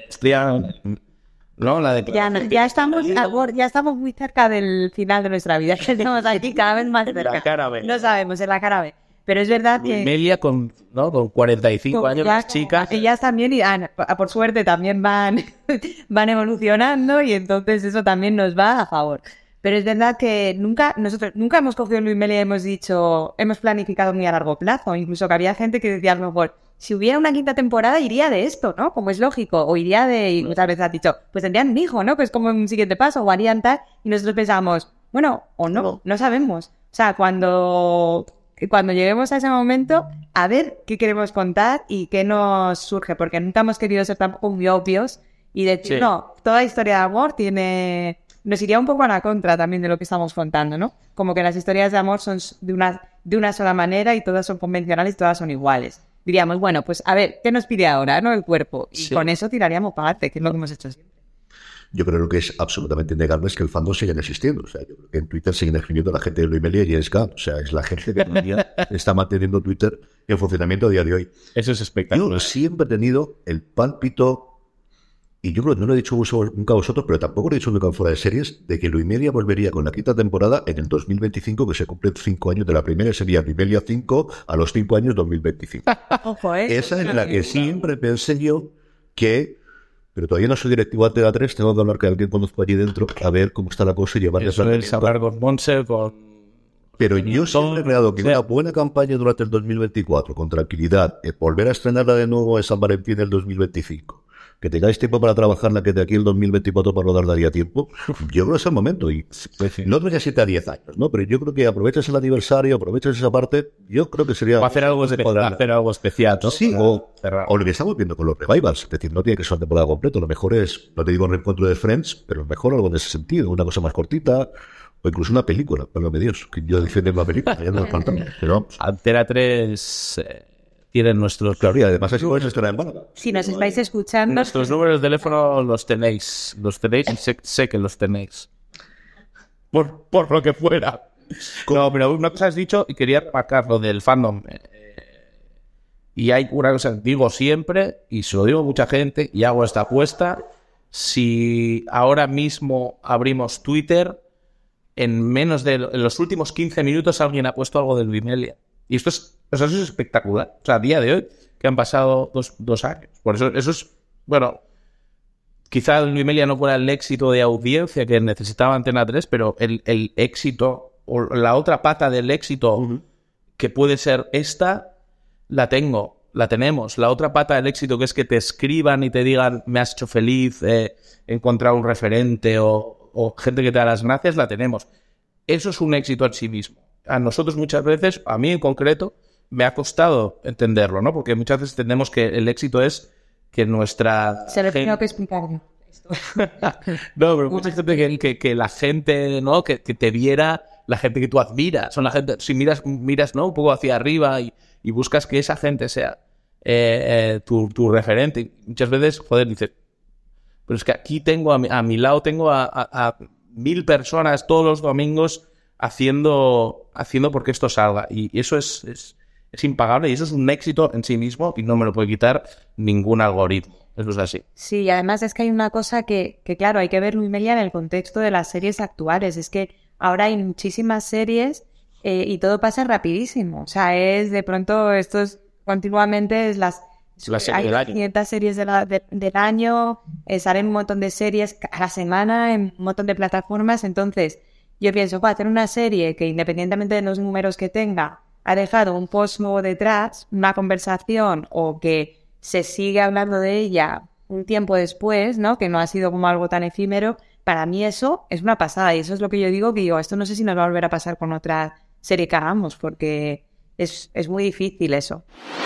¿no? La de... ya, ya estamos ya estamos muy cerca del final de nuestra vida. Estamos aquí cada vez más cerca. La cara B. No sabemos, en la cara B. Pero es verdad que... Melia con, ¿no? con cuarenta y cinco con, años, ya, las chicas. Ellas también, y, ah, por suerte, también van, van evolucionando y entonces eso también nos va a favor. Pero es verdad que nunca, nosotros nunca hemos cogido Luimelia y hemos dicho, hemos planificado muy a largo plazo. Incluso que había gente que decía a lo mejor, si hubiera una quinta temporada iría de esto, ¿no? Como es lógico. O iría de, y muchas veces has dicho, pues tendrían un hijo, ¿no? Que es como un siguiente paso, o harían tal. Y nosotros pensamos, bueno, o no, no, no sabemos. O sea, cuando, cuando lleguemos a ese momento, a ver qué queremos contar y qué nos surge. Porque nunca hemos querido ser tampoco muy obvios y decir, Sí. no, toda historia de amor tiene... Nos iría un poco a la contra también de lo que estamos contando, ¿no? Como que las historias de amor son de una, de una sola manera y todas son convencionales y todas son iguales. Diríamos, bueno, pues a ver, ¿qué nos pide ahora, no? El cuerpo. Y Sí. con eso tiraríamos para adelante, que es lo que hemos hecho siempre. Yo creo que es absolutamente innegable es que el fandom sigue existiendo. O sea, yo creo que en Twitter siguen escribiendo la gente de Luimelia y Jens K. O sea, es la gente que todavía está manteniendo Twitter en funcionamiento a día de hoy. Eso es Yo espectacular. siempre he tenido el pálpito, y yo creo que no lo he dicho nunca a vosotros, pero tampoco lo he dicho nunca fuera de series, de que Luimelia volvería con la quinta temporada en el dos mil veinticinco, que se cumplen cinco años de la primera, sería Luimelia cinco a los cinco años dos mil veinticinco. Ojo, ¿eh? Esa es la que siempre pensé yo que... Pero todavía no soy directivo de T tres, tengo que hablar con alguien que conozco allí dentro, a ver cómo está la cosa y llevarles Eso la es hablar con Monse, con... Pero yo siempre he creado que Sí. una buena campaña durante el dos mil veinticuatro, con tranquilidad, eh, volver a estrenarla de nuevo en San Valentín del dos mil veinticinco, que tengáis tiempo para trabajarla, que de aquí el dos mil veinticuatro para rodar daría tiempo, yo creo que es el momento. Y no es ya siete a diez años, ¿no? Pero yo creo que aprovechas el aniversario, aprovechas esa parte, yo creo que sería... O hacer algo, espe- Podrán- hacer algo especial, ¿no? Sí, Para o, cerrar. o lo que estamos viendo con los revivals. Es decir, no tiene que ser una temporada completa. Lo mejor es, no te digo un reencuentro de Friends, pero mejor algo en ese sentido. Una cosa más cortita, o incluso una película, válgame Dios. Que yo defiendo una película, ya no me falta. Pero vamos. Antena tres eh, tienen nuestros... Claro, y además así puedes estar en Málaga. Si nos estáis escuchando, Nuestros números de teléfono los tenéis. Los tenéis y sé, sé que los tenéis. Por, por lo que fuera. No, pero una cosa has dicho y quería remarcar lo del fandom. Eh, y hay una cosa que digo siempre, y se lo digo a mucha gente, y hago esta apuesta. Si ahora mismo abrimos Twitter, en menos de en los últimos quince minutos alguien ha puesto algo de Luimelia. Y esto es, o sea, eso es espectacular. O sea, a día de hoy, que han pasado dos, dos años. Por eso, eso es, bueno, quizá Luimelia no fuera el éxito de audiencia que necesitaba Antena tres, pero el, el éxito, o la otra pata del éxito, uh-huh, que puede ser esta, la tengo, la tenemos. La otra pata del éxito, que es que te escriban y te digan, me has hecho feliz, eh, he encontrado un referente, o, o gente que te da las gracias, la tenemos. Eso es un éxito en sí mismo. A nosotros muchas veces, a mí en concreto, me ha costado entenderlo, ¿no? Porque muchas veces entendemos que el éxito es que nuestra... se le gente... tengo que explicar yo esto. No, pero mucha gente que, que, que la gente, ¿no? Que, que te viera, la gente que tú admiras, son la gente, si miras, miras, ¿no? Un poco hacia arriba y, y buscas que esa gente sea eh, eh, tu, tu referente. Y muchas veces, joder, dices, pero es que aquí tengo, a mi, a mi lado tengo a, a, a mil personas todos los domingos haciendo, haciendo porque esto salga. Y eso es, es, es impagable y eso es un éxito en sí mismo y no me lo puede quitar ningún algoritmo. Eso es así. Sí, y además es que hay una cosa que, que claro, hay que ver Luimelia en el contexto de las series actuales. Es que ahora hay muchísimas series eh, y todo pasa rapidísimo. O sea, es de pronto, esto es continuamente es las... La serie hay del año. quinientas series de la, de, del año, eh, salen un montón de series a la semana en un montón de plataformas. Entonces, yo pienso, para hacer una serie que independientemente de los números que tenga, ha dejado un post nuevo detrás, una conversación o que se sigue hablando de ella un tiempo después, ¿no? Que no ha sido como algo tan efímero. Para mí eso es una pasada y eso es lo que yo digo, que digo, esto no sé si nos va a volver a pasar con otra serie que hagamos porque es, es muy difícil eso.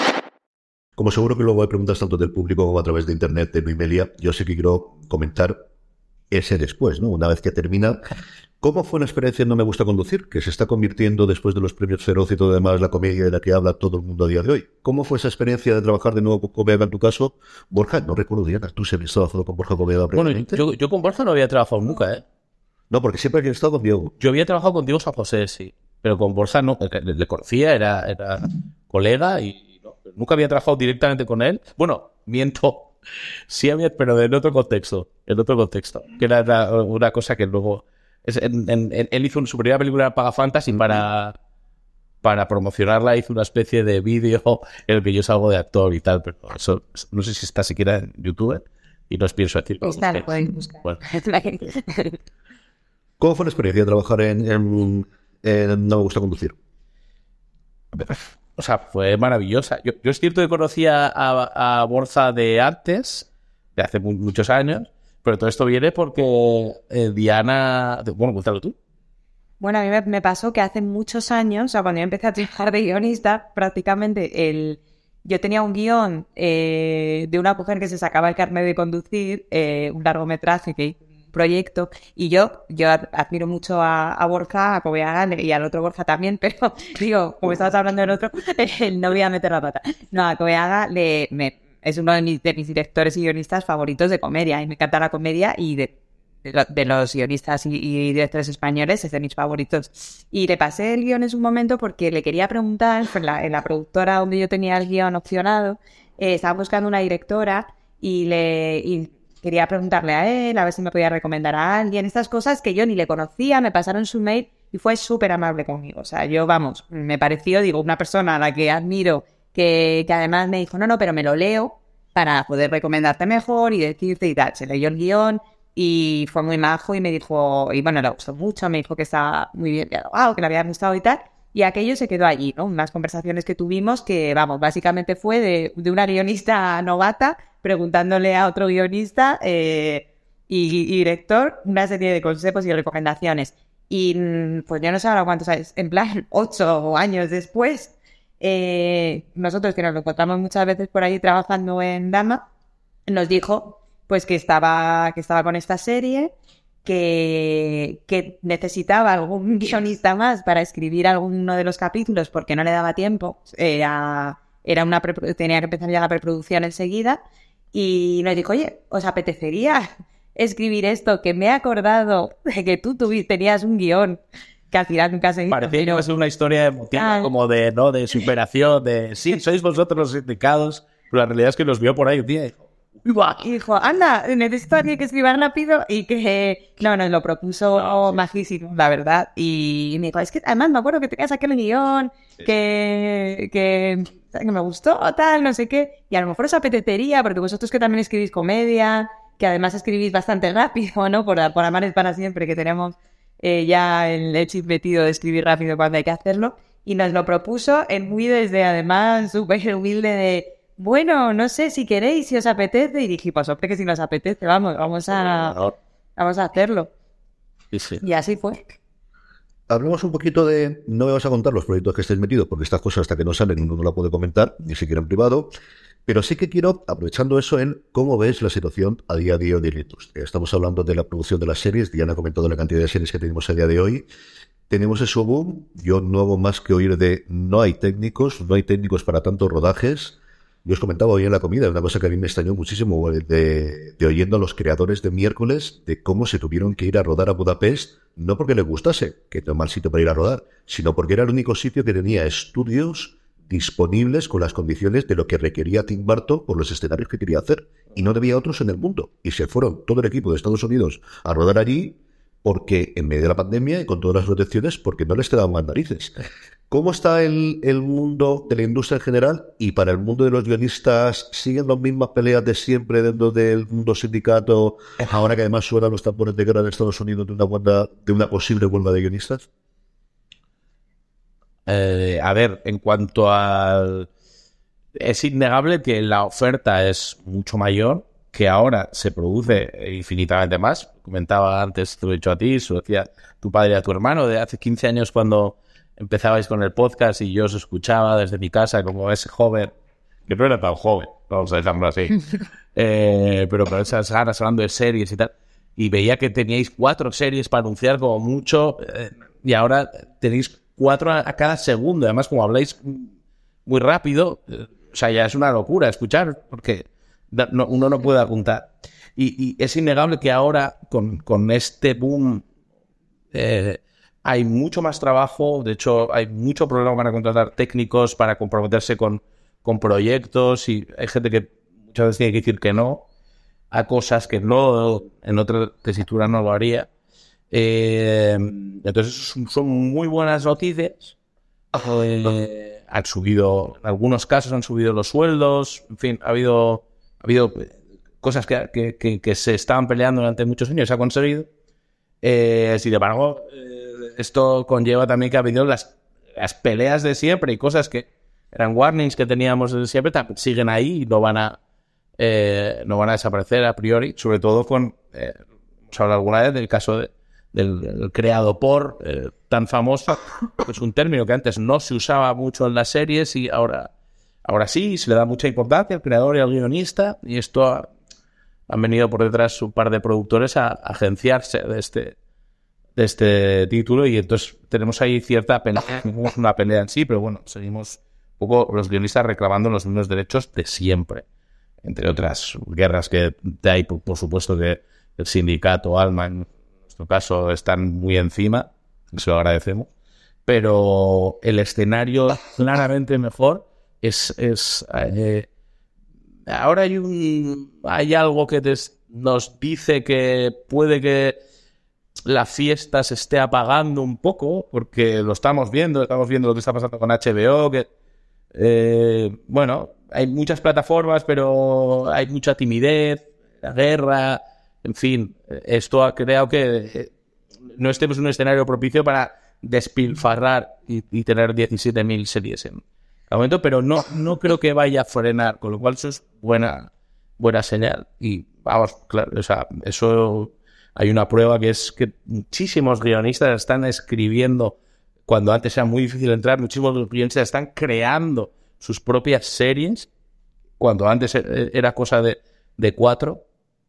Como seguro que luego hay preguntas tanto del público como a través de internet de Luimelia, yo sí que quiero comentar ese después, ¿no? Una vez que termina, ¿cómo fue una experiencia en No me gusta conducir? Que se está convirtiendo después de los premios Feroz y todo demás la comedia de la que habla todo el mundo a día de hoy. ¿Cómo fue esa experiencia de trabajar de nuevo con Comeda en tu caso? Borja, no recuerdo, Diana, ¿tú se habías trabajado con Borja Comeda Bueno, previamente? yo, yo con Borja no había trabajado nunca, ¿eh? No, porque siempre había estado con Diego. Yo había trabajado con Diego San José, sí. Pero con Borja no, le, le conocía, era, era colega y no, nunca había trabajado directamente con él. Bueno, miento, sí había, pero en otro contexto, en otro contexto. Que era una, una cosa que luego... Es, en, en, en, él hizo su primera película Paga Fantasy y para, para promocionarla hizo una especie de vídeo en el que yo salgo de actor y tal, pero eso no sé si está siquiera en YouTube y no os pienso decir. Está, lo podéis buscar. Bueno. ¿Cómo fue la experiencia de trabajar en, en, en No me gusta conducir? O sea, fue maravillosa. Yo, yo es cierto que conocía a, a Borja de antes, de hace mu- muchos años, pero todo esto viene porque eh, Diana... Bueno, cuéntalo tú. Bueno, a mí me, me pasó que hace muchos años, o sea, cuando yo empecé a trabajar de guionista, prácticamente el, yo tenía un guión eh, de una mujer que se sacaba el carnet de conducir, eh, un largometraje que un proyecto, y yo yo admiro mucho a, a Borja, a Coveaga y al otro Borja también, pero digo, como estabas hablando del otro, eh, no voy a meter la pata. No, a Coveaga le, me, es uno de mis, de mis directores y guionistas favoritos de comedia, y me encanta la comedia, y de de los guionistas y, y directores españoles es de mis favoritos. Y le pasé el guión en su momento porque le quería preguntar, en la, en la productora donde yo tenía el guión opcionado, eh, estaba buscando una directora y le y quería preguntarle a él, a ver si me podía recomendar a alguien, estas cosas que yo ni le conocía, me pasaron su mail y fue súper amable conmigo. O sea, yo, vamos, me pareció, digo, una persona a la que admiro, que, que además me dijo, no, no, pero me lo leo para poder recomendarte mejor y decirte y tal. Se leyó el guión y fue muy majo y me dijo, y bueno, le gustó mucho, me dijo que estaba muy bien dialogado, que le había gustado y tal, y aquello se quedó allí, ¿no? Unas conversaciones que tuvimos que, vamos, básicamente fue de, de una guionista novata preguntándole a otro guionista eh, y, y director una serie de consejos y recomendaciones. Y pues yo no sé ahora cuántos años, en plan, ocho años después, eh, nosotros que nos lo encontramos muchas veces por ahí trabajando en Dama, nos dijo pues que estaba, que estaba con esta serie, que, que necesitaba algún guionista más para escribir alguno de los capítulos porque no le daba tiempo, era, era una pre- tenía que empezar ya la preproducción enseguida, y nos dijo, oye, ¿os apetecería escribir esto? Que me he acordado de que tú tuvi- tenías un guión que al final nunca se hizo. Parecía que iba a ser una historia emotiva, Ah. como de, ¿no? De superación, de sí, sois vosotros los indicados, pero la realidad es que los vio por ahí un día y dijo, Y dijo, anda, necesito a alguien que escriba rápido, y que, no, nos lo propuso No, sí. majísimo, la verdad. Y me dijo, es que además me acuerdo que tenías aquel guión, Sí. que, que, que me gustó, tal, no sé qué. Y a lo mejor os apetecería, porque vosotros que también escribís comedia, que además escribís bastante rápido, ¿no? Por, por Amares para siempre, que tenemos eh, ya el, el chip metido de escribir rápido cuando hay que hacerlo. Y nos lo propuso en muy desde, además, súper humilde de... Bueno, no sé si queréis, si os apetece. Y dije, pues hombre, que si nos apetece, vamos, vamos a, vamos a hacerlo. sí, sí. Y así fue. Hablemos un poquito de... No me vas a contar los proyectos que estés metido, porque estas cosas hasta que no salen uno no la puede comentar, ni siquiera en privado. Pero sí que quiero, aprovechando eso, en cómo ves la situación a día de hoy de la industria. Estamos hablando de la producción de las series. Diana ha comentado la cantidad de series que tenemos a día de hoy. Tenemos ese boom. Yo no hago más que oír de no hay técnicos, no hay técnicos para tantos rodajes. Yo os comentaba hoy en la comida, una cosa que a mí me extrañó muchísimo, de, de oyendo a los creadores de Miércoles, de cómo se tuvieron que ir a rodar a Budapest, no porque les gustase, que es un mal sitio para ir a rodar, sino porque era el único sitio que tenía estudios disponibles con las condiciones de lo que requería Tim Burton por los escenarios que quería hacer. Y no había otros en el mundo. Y se fueron todo el equipo de Estados Unidos a rodar allí porque en medio de la pandemia y con todas las protecciones, porque no les quedaban más narices. ¿Cómo está el, el mundo de la industria en general? Y para el mundo de los guionistas, ¿siguen las mismas peleas de siempre dentro del mundo sindicato? Ahora que además suenan los tambores de guerra en Estados Unidos de una, huelga, de una posible huelga de guionistas. Eh, a ver, en cuanto al... Es innegable que la oferta es mucho mayor, que ahora se produce infinitamente más. Comentaba antes, te lo he dicho a ti, se lo decía tu padre y a tu hermano, de hace quince años cuando empezabais con el podcast y yo os escuchaba desde mi casa como ese joven, que no era tan joven, vamos a decirlo así, eh, pero con esas ganas hablando de series y tal, y veía que teníais cuatro series para anunciar como mucho, eh, y ahora tenéis cuatro a, a cada segundo, además como habláis muy rápido, eh, o sea, ya es una locura escuchar, porque no, uno no puede apuntar. Y, y es innegable que ahora, con, con este boom, eh, hay mucho más trabajo. De hecho, hay mucho programa para contratar técnicos, para comprometerse con, con proyectos, y hay gente que muchas veces tiene que decir que no a cosas que no en otra tesitura no lo haría. Eh, entonces, son, son muy buenas noticias. Eh, han subido, en algunos casos han subido los sueldos, en fin, ha habido, ha habido cosas que, que, que, que se estaban peleando durante muchos años y se ha conseguido. Eh, sin embargo, eh, esto conlleva también que ha habido las, las peleas de siempre y cosas que eran warnings que teníamos desde siempre, también siguen ahí y no van a, eh, no van a desaparecer a priori, sobre todo con, eh, hemos hablado alguna vez del caso de, del, del creado por, eh, tan famoso, que es un término que antes no se usaba mucho en las series y ahora, ahora sí, se le da mucha importancia al creador y al guionista, y esto ha, han venido por detrás un par de productores a, a agenciarse de este, de este título, y entonces tenemos ahí cierta pelea, no es una pelea en sí, pero bueno, seguimos un poco los guionistas reclamando los mismos derechos de siempre, entre otras guerras que hay, por, por supuesto que el sindicato, Alma, en nuestro caso, están muy encima, se lo agradecemos, pero el escenario claramente mejor es... es eh, ahora hay un hay algo que des, nos dice que puede que la fiesta se esté apagando un poco, porque lo estamos viendo, estamos viendo lo que está pasando con H B O, que eh, bueno, hay muchas plataformas, pero hay mucha timidez, la guerra, en fin, esto ha creado que no estemos en un escenario propicio para despilfarrar y, y tener diecisiete mil series en el momento, pero no, no creo que vaya a frenar, con lo cual eso es buena, buena señal. Y vamos, claro, o sea, eso hay una prueba que es que muchísimos guionistas están escribiendo, cuando antes era muy difícil entrar, muchísimos guionistas están creando sus propias series, cuando antes era cosa de, de cuatro,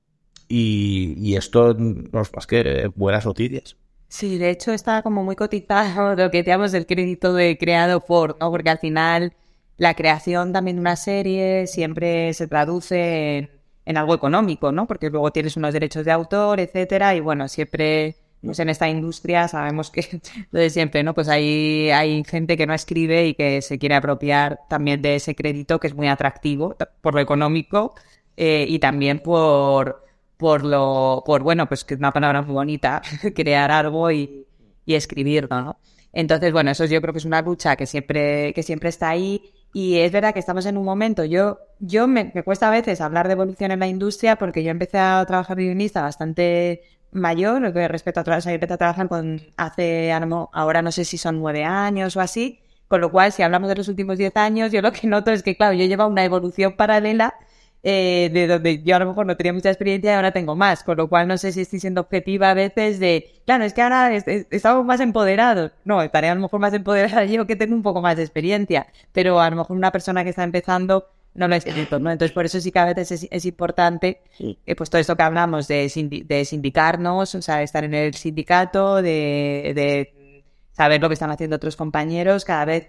y, y esto no es más que buenas noticias. Sí, de hecho está como muy cotizado lo que decíamos del crédito de creado por, ¿no? Porque al final la creación también de una serie siempre se traduce en, en algo económico, ¿no? Porque luego tienes unos derechos de autor, etcétera, y bueno, siempre pues en esta industria sabemos que lo de siempre, ¿no? Pues hay, hay gente que no escribe y que se quiere apropiar también de ese crédito, que es muy atractivo por lo económico eh, y también por... por lo, por bueno, pues que es una palabra muy bonita, crear algo y, y escribirlo, ¿no? Entonces, bueno, eso yo creo que es una lucha que siempre, que siempre está ahí, y es verdad que estamos en un momento, yo, yo me, me cuesta a veces hablar de evolución en la industria, porque yo empecé a trabajar de guionista bastante mayor, lo que respecto a trabajar, empecé a trabajar con hace, ahora no sé si son nueve años o así, con lo cual, si hablamos de los últimos diez años, yo lo que noto es que, claro, yo llevo una evolución paralela Eh, de donde yo a lo mejor no tenía mucha experiencia y ahora tengo más, con lo cual no sé si estoy siendo objetiva a veces de, claro, es que ahora es, es, estamos más empoderados. No, estaré a lo mejor más empoderada yo, que tengo un poco más de experiencia, pero a lo mejor una persona que está empezando no lo es cierto, ¿no? Entonces por eso sí que a veces es, es importante, eh, pues todo esto que hablamos de, sindi- de sindicarnos, o sea, estar en el sindicato, de, de saber lo que están haciendo otros compañeros, cada vez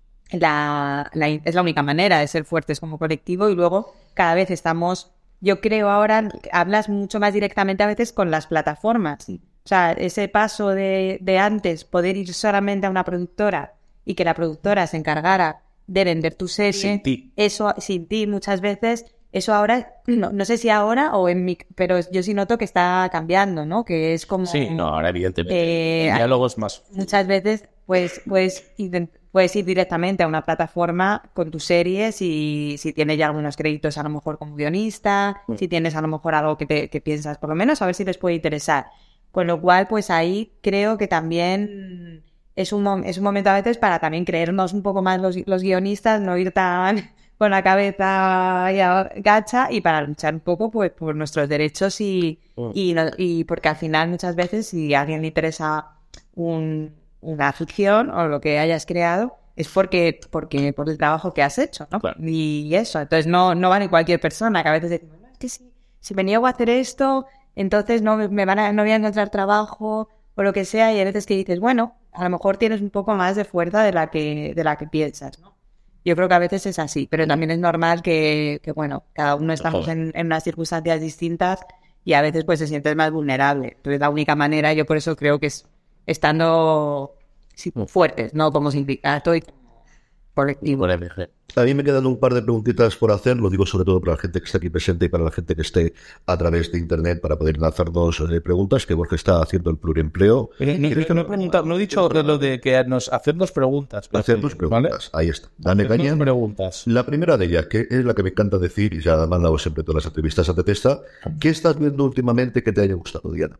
La, la, es la única manera de ser fuertes como colectivo, y luego cada vez estamos, yo creo ahora, hablas mucho más directamente a veces con las plataformas. O sea, ese paso de, de antes poder ir solamente a una productora y que la productora se encargara de vender tu serie, Sin ti. eso sin ti muchas veces, eso ahora, no, no sé si ahora o en mi, pero yo sí noto que está cambiando, ¿no? Que es como... Sí, no, ahora evidentemente. Eh, el diálogo es más... Muchas veces pues, pues ident- puedes ir directamente a una plataforma con tus series, y si tienes ya algunos créditos a lo mejor como guionista, mm. si tienes a lo mejor algo que, te, que piensas por lo menos, a ver si les puede interesar. Con lo cual, pues ahí creo que también es un, es un momento a veces para también creernos un poco más los, los guionistas, no ir tan con la cabeza gacha, y para luchar un poco pues por nuestros derechos y, mm. y, no, y porque al final muchas veces si a alguien le interesa un... una ficción o lo que hayas creado, es porque porque por el trabajo que has hecho, ¿no? Claro. Y eso, entonces no, no vale cualquier persona, que a veces decimos, no, es que si, si me niego a hacer esto, entonces no me van a, no voy a encontrar trabajo o lo que sea, y a veces que dices, bueno, a lo mejor tienes un poco más de fuerza de la que, de la que piensas, ¿no? Yo creo que a veces es así, pero también es normal que, que bueno, cada uno estamos en, en unas circunstancias distintas, y a veces pues se sientes más vulnerable. Entonces la única manera, yo por eso creo que es estando sí, fuertes, ¿no? Como sindicato y colectivo. A mí me quedan un par de preguntitas por hacer, lo digo sobre todo para la gente que está aquí presente y para la gente que esté a través de internet, para poder lanzarnos eh, preguntas, que Borja está haciendo el pluriempleo. Eh, no, no, he preguntado, no he dicho lo de que nos hacernos preguntas. Hacernos preguntas, ¿vale? Ahí está. Dale caña. Preguntas. La primera de ellas, que es la que me encanta decir, y ya me han mandado siempre todas las entrevistas a Tetesta, ¿qué estás viendo últimamente que te haya gustado, Diana?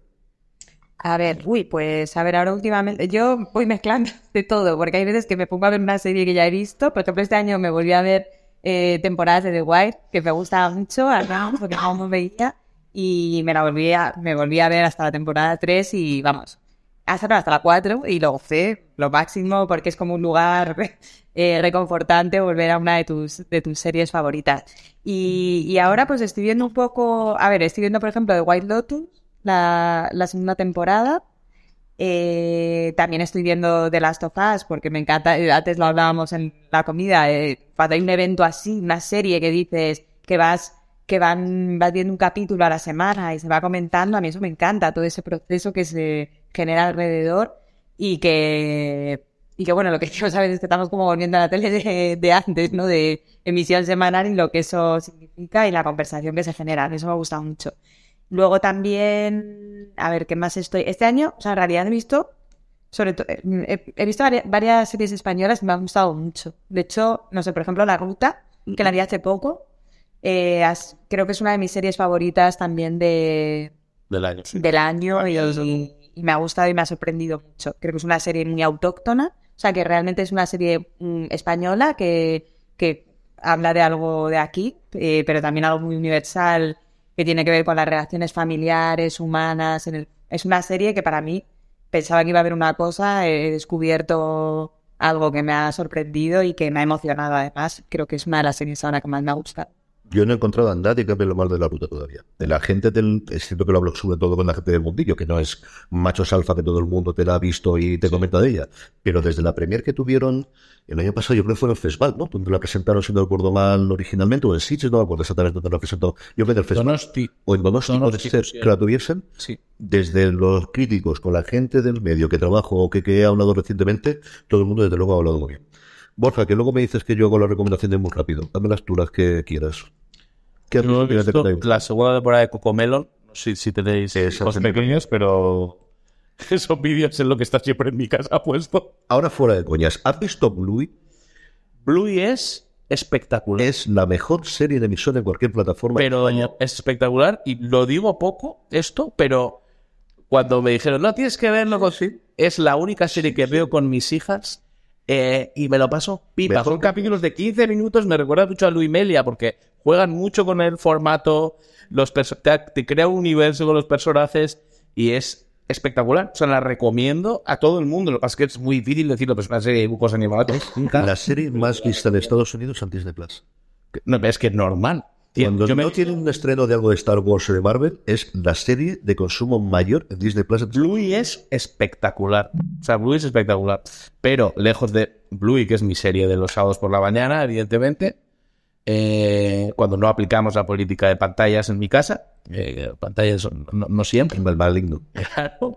A ver, uy, pues a ver, ahora últimamente yo voy mezclando de todo, porque hay veces que me pongo a ver una serie que ya he visto. Por ejemplo, este año me volví a ver eh, temporadas de The Wire, que me gustaba mucho, porque no me veía, y me la volví a, me volví a ver hasta la temporada tres, y vamos, hasta, hasta la cuatro y lo gocé lo máximo porque es como un lugar eh, reconfortante volver a una de tus, de tus series favoritas. Y, y ahora pues estoy viendo un poco, a ver, estoy viendo por ejemplo The White Lotus, la, la segunda temporada. Eh, también estoy viendo The Last of Us porque me encanta, antes lo hablábamos en la comida, eh, cuando hay un evento así, una serie que dices que vas... que van, vas viendo un capítulo a la semana y se va comentando, a mí eso me encanta, todo ese proceso que se genera alrededor y que, y que bueno, lo que quiero saber es que estamos como volviendo a la tele de, de antes, ¿no? De emisión semanal y lo que eso significa y la conversación que se genera, eso me ha gustado mucho. Luego también, a ver, ¿qué más estoy? Este año, o sea, en realidad he visto, sobre todo, he, he visto varias, varias series españolas que me han gustado mucho. De hecho, no sé, por ejemplo, La Ruta, que la vi hace poco. Eh, as, creo que es una de mis series favoritas también de, del año, sí. del año y, y, y me ha gustado y me ha sorprendido mucho. Creo que es una serie muy autóctona, o sea que realmente es una serie mm, española que, que habla de algo de aquí, eh, pero también algo muy universal que tiene que ver con las relaciones familiares, humanas. En el... Es una serie que para mí pensaba que iba a haber una cosa, he descubierto algo que me ha sorprendido y que me ha emocionado además. Creo que es una de las series ahora que más me ha gustado. Yo no he encontrado a nadie que hable lo mal de La Ruta todavía. De la gente del... Es cierto que lo hablo sobre todo con la gente del mundillo, que no es machos alfa que todo el mundo te la ha visto y te sí. comenta de ella. Pero desde la premier que tuvieron el año pasado, yo creo que fue en el festival, ¿no? Donde la presentaron, si no recuerdo mal, originalmente, o en Sitges, no me acuerdo exactamente dónde la presentó. Yo creo que en el festival. Donosti. O en Donosti, puede ser que la tuviesen. Sí. Desde los críticos, con la gente del medio que trabajo o que, que he hablado recientemente, todo el mundo desde luego ha hablado muy bien. Borja, que luego me dices que yo hago las recomendaciones muy rápido. Dámelas tú las que quieras. Yo he visto la segunda temporada de Cocomelon, no sé si tenéis hijos pequeños, pero esos vídeos es lo que está siempre en mi casa puesto. Ahora fuera de coñas, ¿has visto Bluey? Bluey es espectacular. Es la mejor serie de emisión en cualquier plataforma. Pero es espectacular y lo digo poco esto, pero cuando me dijeron, no, tienes que verlo con sí, es la única serie que veo con mis hijas. Eh, y me lo paso pipa. Mejor. Son capítulos de quince minutos. Me recuerda mucho a Luis Melia porque juegan mucho con el formato, los perso- te, te crea un universo con los personajes y es espectacular. O sea, la recomiendo a todo el mundo. Lo que pasa es que es muy difícil decirlo, pero es una serie de dibujos animados. La serie más vista en Estados Unidos es Disney Plus. No, es que es normal. Cuando Yo no me... tiene un estreno de algo de Star Wars o de Marvel, es la serie de consumo mayor en Disney Plus. Bluey es espectacular. O sea, Bluey es espectacular. Pero lejos de Bluey, que es mi serie de los sábados por la mañana, evidentemente, eh, cuando no aplicamos la política de pantallas en mi casa, eh, pantallas no, no siempre. El maligno. Claro.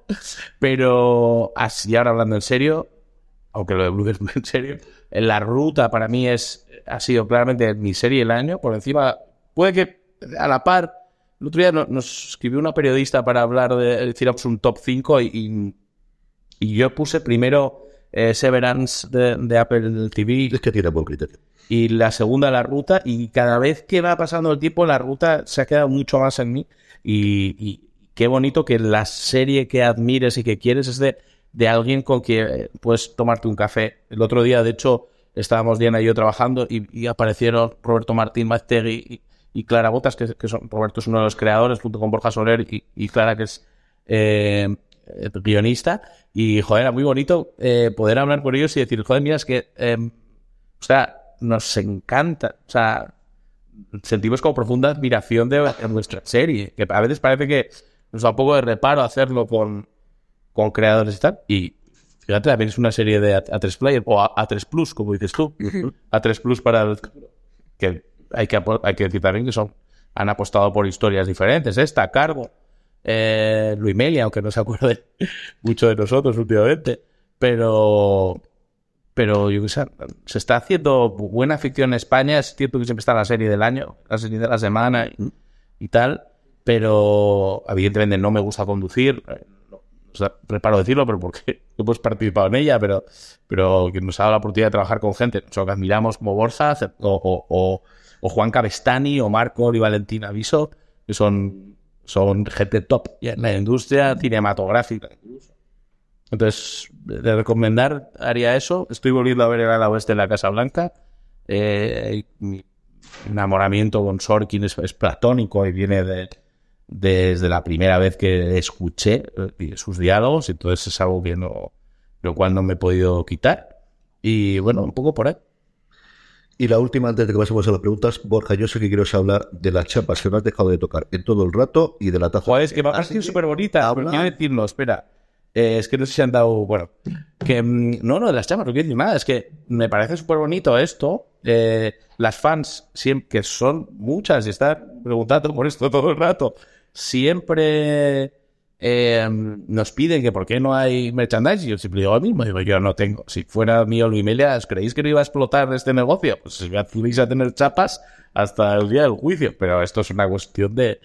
Pero así ahora hablando en serio, aunque lo de Bluey es muy en serio, La Ruta para mí es ha sido claramente mi serie del año, por encima. Puede que a la par, el otro día nos escribió una periodista para hablar de decir un top cinco y, y, y yo puse primero eh, Severance de, de Apple T V. Es que tiene buen criterio. Y la segunda La Ruta, y cada vez que va pasando el tiempo La Ruta se ha quedado mucho más en mí y, y qué bonito que la serie que admires y que quieres es de, de alguien con quien puedes tomarte un café. El otro día, de hecho, estábamos Diana y yo trabajando y, y aparecieron Roberto Martín Maztegui y y Clara Botas, que, que son, Roberto es uno de los creadores, junto con Borja Soler, y, y Clara, que es eh, guionista, y, joder, era muy bonito eh, poder hablar con ellos y decir, joder, mira, es que, eh, o sea, nos encanta, o sea, sentimos como profunda admiración de, de nuestra serie, que a veces parece que nos da un poco de reparo hacerlo con, con creadores y tal, y fíjate, también es una serie de A tres Player, o A tres Plus, como dices tú, A tres Plus para el... que Hay que, hay que decir también que son han apostado por historias diferentes. Esta, Cargo, eh, Luis Melia, aunque no se acuerde mucho de nosotros últimamente, pero pero yo qué sé, se está haciendo buena ficción en España. Es cierto que siempre está la serie del año, la serie de la semana y, y tal, pero evidentemente no me gusta conducir. No, o sea, reparo decirlo, pero porque hemos participado en ella, pero pero que nos ha dado la oportunidad de trabajar con gente o sea, que admiramos como Borja o, o, o o Juan Cabestani, o Marco y Valentina Viso, que son, son gente top en la industria cinematográfica incluso. Entonces, de recomendar, haría eso. Estoy volviendo a ver el ala oeste de la Casa Blanca. Eh, mi enamoramiento con Sorkin es, es platónico y viene de, desde la primera vez que escuché eh, sus diálogos, entonces es algo que no, lo cual no me he podido quitar. Y bueno, un poco por ahí. Y la última, antes de que pasemos a las preguntas, Borja, yo sé que quiero hablar de las chapas que no has dejado de tocar en todo el rato y de la taza. Joder, es que me ha parecido súper bonita. Pero quiero decirlo, espera. Eh, es que no sé si han dado... Bueno, que... No, no, de las chapas, no quiero decir nada. Es que me parece súper bonito esto. Eh, las fans, siempre, que son muchas y están preguntando por esto todo el rato, siempre eh, nos piden que por qué no hay merchandising. Yo siempre digo lo mismo. Digo, yo no tengo. Si fuera mío Luis Melia, ¿os creéis que no iba a explotar este negocio? Pues si vais a tener chapas hasta el día del juicio. Pero esto es una cuestión de...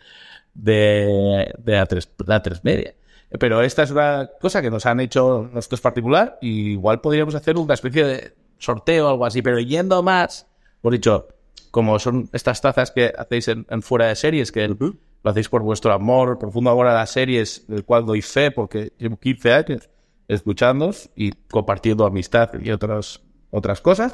de, de la, tres, la tres media. Pero esta es una cosa que nos han hecho nosotros particular y igual podríamos hacer una especie de sorteo o algo así, pero yendo más, por dicho, como son estas tazas que hacéis en, en fuera de series, que uh-huh. lo hacéis por vuestro amor, profundo amor a las series, del cual doy fe porque llevo quince años escuchándoos y compartiendo amistad y otras, otras cosas.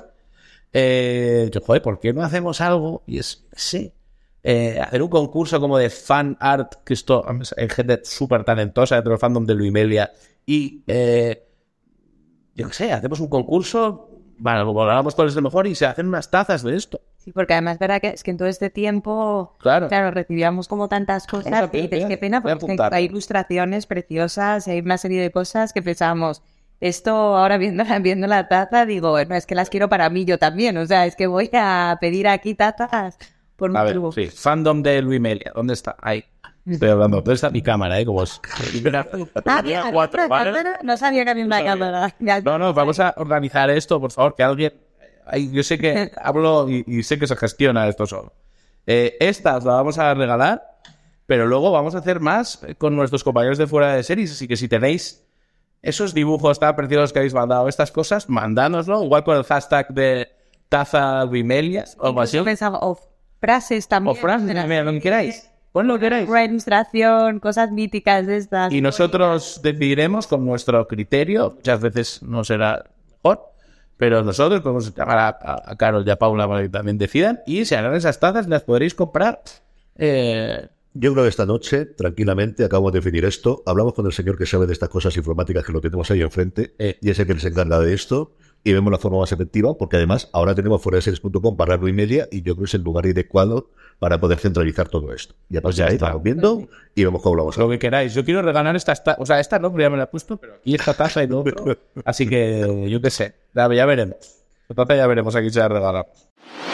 Eh, yo, joder, ¿por qué no hacemos algo? Y es, sí. Eh, hacer un concurso como de fan art, que esto hay gente súper talentosa dentro del fandom de Luis Melia, y eh, yo qué sé, hacemos un concurso, bueno, valoramos cuál es el mejor y se hacen unas tazas de esto. Sí, porque además verá que es que en todo este tiempo, claro, claro recibíamos como tantas cosas, y dices, qué pena, porque hay ilustraciones preciosas, hay una serie de cosas que pensábamos, esto ahora viendo, viendo la taza, digo, bueno, es que las quiero para mí yo también, o sea, es que voy a pedir aquí tazas. Por a ver, sí, fandom de Luis Melia, ¿dónde está? Ahí. Estoy hablando, ¿dónde está mi cámara? ¿Eh? Como es... ah, mira, cuatro, ¿vale? No sabía que había una cámara. No, no, vamos a organizar esto, por favor, que alguien... Yo sé que hablo y, y sé que se gestiona esto solo. Eh, estas las vamos a regalar, pero luego vamos a hacer más con nuestros compañeros de fuera de series, así que si tenéis esos dibujos tan preciosos que habéis mandado, estas cosas, mandádnoslo, igual con el hashtag de taza Luis Melia o algo así. Frases también. O frases, también, lo que queráis. Pon lo que queráis. Ilustración, cosas míticas de estas. Y nosotros decidiremos con nuestro criterio. Muchas veces no será mejor, pero nosotros podemos llamar a, a, a Carol y a Paula para que también decidan. Y se harán esas tazas y las podréis comprar. Eh... Yo creo que esta noche, tranquilamente, acabamos de definir esto. Hablamos con el señor que sabe de estas cosas informáticas, que lo tenemos ahí enfrente, eh. y es el que se encarga de esto. Y vemos la forma más efectiva, porque además ahora tenemos fuera de series punto com barra Luis Melia y yo creo que es el lugar adecuado para poder centralizar todo esto. Y pues ya estamos viendo y vemos cómo lo vamos a hacer. Lo que queráis. Yo quiero regalar esta, esta o sea, esta no, ya me la he puesto, pero aquí esta taza y no otro. Así que yo qué sé, ya, ya veremos. La taza ya veremos aquí se la regalamos.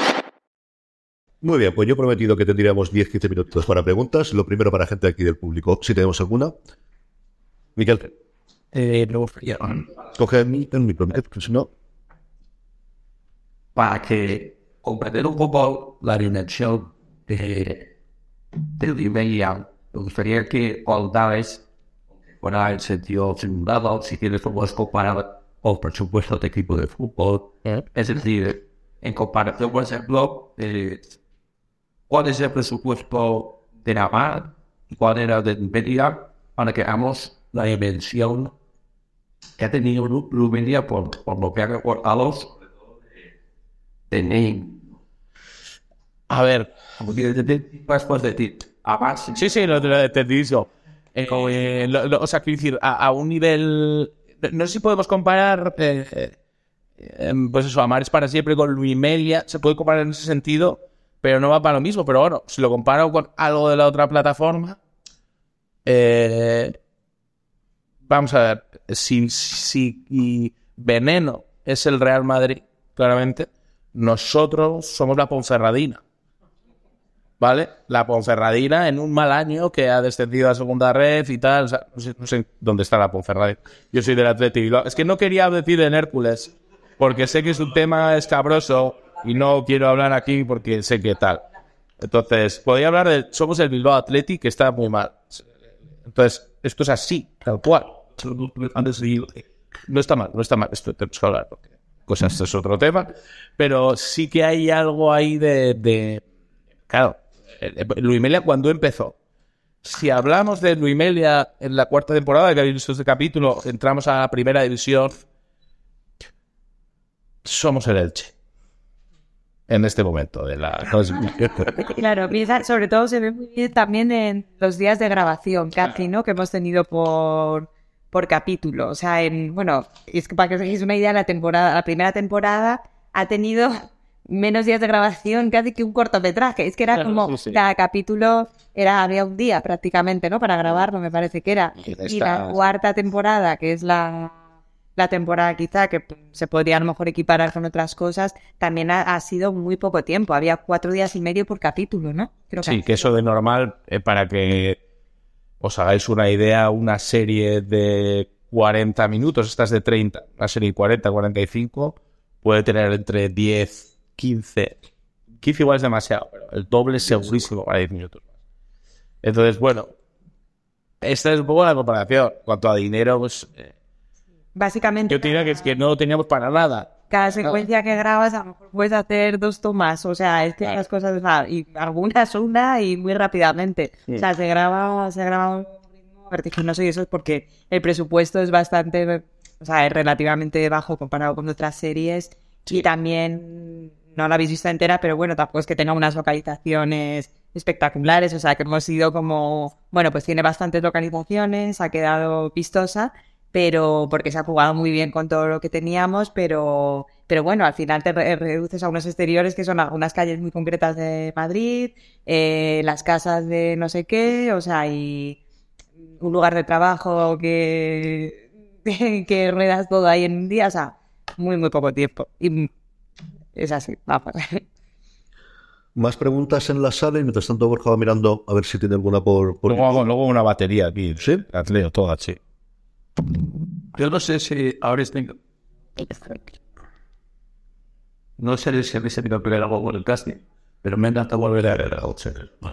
Muy bien, pues yo he prometido que tendríamos diez a quince minutos para preguntas. Lo primero para gente aquí del público, si tenemos alguna. Miquel. Eh, no, ya. Coge el micro, si no... Para que comprender un poco la dimensión de, de Luis Melia, me gustaría que contabas, bueno, en sentido simulado, si tienes como comparar el presupuesto de equipo de fútbol, ¿Eh? Es decir, en comparación, por ejemplo, eh, cuál es el presupuesto de Navarra y cuál era de Melia, para que hagamos la dimensión que ha tenido Luis Melia por, por lo que ha reportado. A ver, sí, sí, lo, lo entendí. Eh, eh, lo, lo, o sea, quiero decir, a, a un nivel. No sé si podemos comparar, eh, eh, pues eso, Amar es para siempre con Luis Melia. Se puede comparar en ese sentido, pero no va para lo mismo. Pero bueno, si lo comparo con algo de la otra plataforma, eh, vamos a ver. Si, si y Veneno es el Real Madrid, claramente. Nosotros somos la Ponferradina, ¿vale? La Ponferradina en un mal año que ha descendido a segunda red y tal. O sea, no sé, no sé dónde está la Ponferradina. Yo soy del Atlético. Es que no quería decir en Hércules, porque sé que es un tema escabroso y no quiero hablar aquí porque sé que tal. Entonces, podría hablar de... Somos el Bilbao Athletic, que está muy mal. Entonces, esto es así, tal cual. No está mal, no está mal. Esto tenemos que hablar, porque... cosas, es otro tema, pero sí que hay algo ahí de, de... claro, Luis Melia cuando empezó, si hablamos de Luis Melia en la cuarta temporada, que habéis visto este capítulo, entramos a la primera división, somos el Elche. en este momento de la... Claro, piensa, sobre todo se ve muy bien también en los días de grabación, casi, ¿no? Que hemos tenido por, por capítulo. O sea, en, bueno, es que para que os hagáis una idea, la temporada, la primera temporada ha tenido menos días de grabación casi que un cortometraje. Es que era Claro, como, sí, sí. cada capítulo era, había un día prácticamente, ¿no? Para grabarlo, me parece que era. Y Y la esta- cuarta temporada, que es la... la temporada quizá que se podría a lo mejor equiparar con otras cosas, también ha, ha sido muy poco tiempo. Había cuatro días y medio por capítulo, ¿no? Creo Sí, que eso de normal, eh, para que os hagáis una idea, una serie de cuarenta minutos, estas de treinta, una serie de cuarenta, cuarenta y cinco, puede tener entre diez, quince. quince igual es demasiado, pero el doble es segurísimo para diez minutos. Entonces, bueno, esta es un poco la comparación. En cuanto a dinero, pues... eh, Básicamente, yo te diría que es que no lo teníamos para nada. cada secuencia que grabas a lo mejor puedes hacer dos tomas. O sea, es que Claro. las cosas, o sea, y algunas una y muy rápidamente. O sea, se graba, se graba a un ritmo vertiginoso y eso es porque el presupuesto es bastante, o sea, es relativamente bajo comparado con otras series. Y también, no la habéis visto entera, pero bueno, tampoco es que tenga unas localizaciones espectaculares. O sea, que hemos ido como, bueno, pues tiene bastantes localizaciones, ha quedado vistosa, pero porque se ha jugado muy bien con todo lo que teníamos, pero, pero bueno, al final te re- reduces a unos exteriores que son algunas calles muy concretas de Madrid, eh, las casas de no sé qué, o sea, y un lugar de trabajo que, que ruedas todo ahí en un día, o sea, muy, muy poco tiempo. Y es así, vamos. Más preguntas en la sala y mientras tanto Borja va mirando a ver si tiene alguna por... por... Luego hago luego una batería aquí. ¿Sí? Las leo todas, sí. Yo no sé si ahora tengo... No sé si habéis tenido que ver algo con el casting, pero me encanta volver a ver algo.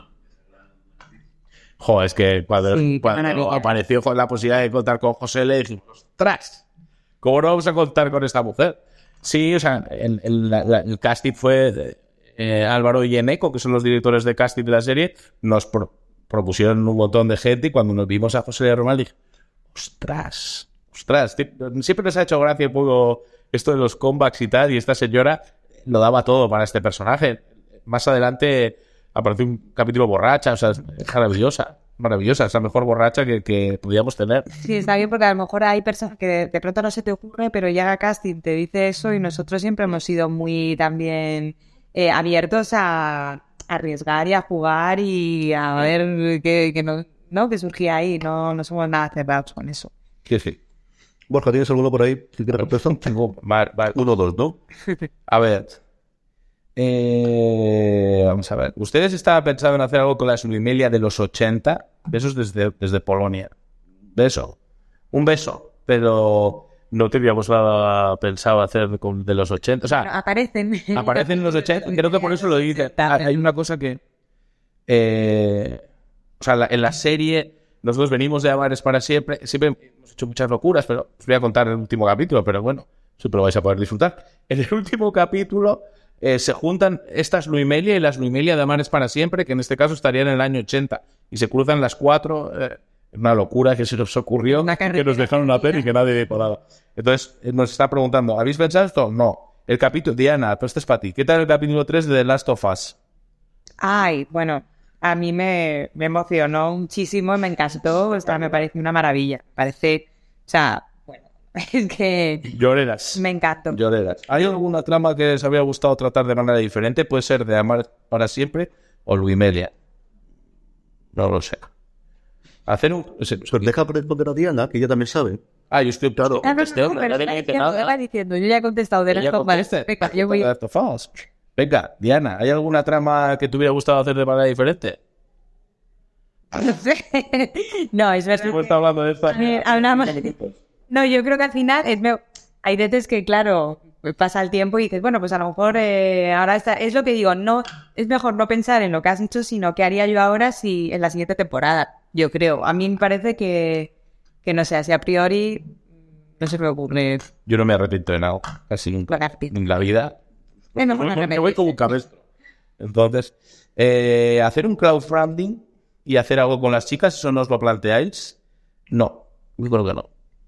Joder, es que cuando, Sí, qué cuando maravilla. apareció con la posibilidad de contar con José, le dijimos, ¡ostras! ¿Cómo no vamos a contar con esta mujer? Sí, o sea, el, el- la- la- el casting fue eh, Álvaro y Eneco, que son los directores de casting de la serie, nos pro- propusieron un montón de gente y cuando nos vimos a José Román dije, ¡ostras! ¡Ostras! Ti- Siempre nos ha hecho gracia un poco esto de los comebacks y tal, y esta señora lo daba todo para este personaje. Más adelante apareció un capítulo borracha, o sea, es maravillosa, maravillosa, es la mejor borracha que, que podíamos tener. Sí, está bien porque a lo mejor hay personas que de, de pronto no se te ocurre, pero llega a casting, te dice eso y nosotros siempre hemos sido muy también eh, abiertos a, a arriesgar y a jugar y a ver qué, qué no, ¿no? que surgía ahí. No, no somos nada cerrados con eso. Sí, sí. Borja, ¿tienes alguno por ahí? ¿Que quieras contestar? Tengo va- va- Uno o dos, ¿no? A ver. Eh, vamos a ver. ¿Ustedes estaban pensando en hacer algo con la Sublimelia de los ochenta? Besos desde, desde Polonia. Beso. Un beso. Pero no teníamos nada pensado hacer con de los ochenta. O sea, Bueno, aparecen. aparecen en los ochenta. Creo que por eso lo dicen. Hay hay una cosa que... eh, o sea, la- en la serie nosotros venimos de Amar es para siempre. Siempre hemos hecho muchas locuras, pero os voy a contar el último capítulo, pero bueno, siempre lo vais a poder disfrutar. En el último capítulo eh, se juntan estas Luimelia y las Luimelia de Amar es para siempre, que en este caso estarían en el año ochenta. Y se cruzan las cuatro... eh, una locura que se nos ocurrió, Una que carretera nos dejaron hacer y que nadie dijo nada. Entonces eh, nos está preguntando, ¿habéis pensado esto? No. El capítulo... Diana, pero este es para ti. ¿Qué tal el capítulo tres de The Last of Us? Ay, bueno, a mí me, me emocionó muchísimo y me encantó. O sea, me parece una maravilla. Me parece, o sea, bueno, es que Lloreras. me encantó. Lloreras. ¿Hay alguna trama que os había gustado tratar de manera diferente? Puede ser de Amar para siempre o Luimelia. No lo sé. Hacer un... o sea, Pues deja responder a Diana, que ella también sabe. Ah, yo estoy... Claro. Ah, no, Este no, hombre, pero no tiene está que decir diciendo, nada. va diciendo, yo ya he contestado de Ella las tomas. conteste. Venga, yo voy. The Last of Us. Venga, Diana, ¿hay alguna trama que te hubiera gustado hacer de manera diferente? No sé. No, es verdad. Hemos estado hablando de esta... A ver, hablamos. No, yo creo que al final es me- hay veces que, claro, pasa el tiempo y dices, bueno, pues a lo mejor eh, ahora está. Es lo que digo, no es mejor no pensar en lo que has hecho, sino qué haría yo ahora si en la siguiente temporada. Yo creo. A mí me parece que, que no sé, así a priori no se me ocurre. Yo no me arrepiento de nada, casi nunca. Lo repito. En la vida. Es mejor no Me voy arrepentirse. como un cabestro. Entonces, eh, hacer un crowdfunding y hacer algo con las chicas, ¿eso no os lo planteáis? No, yo creo que no.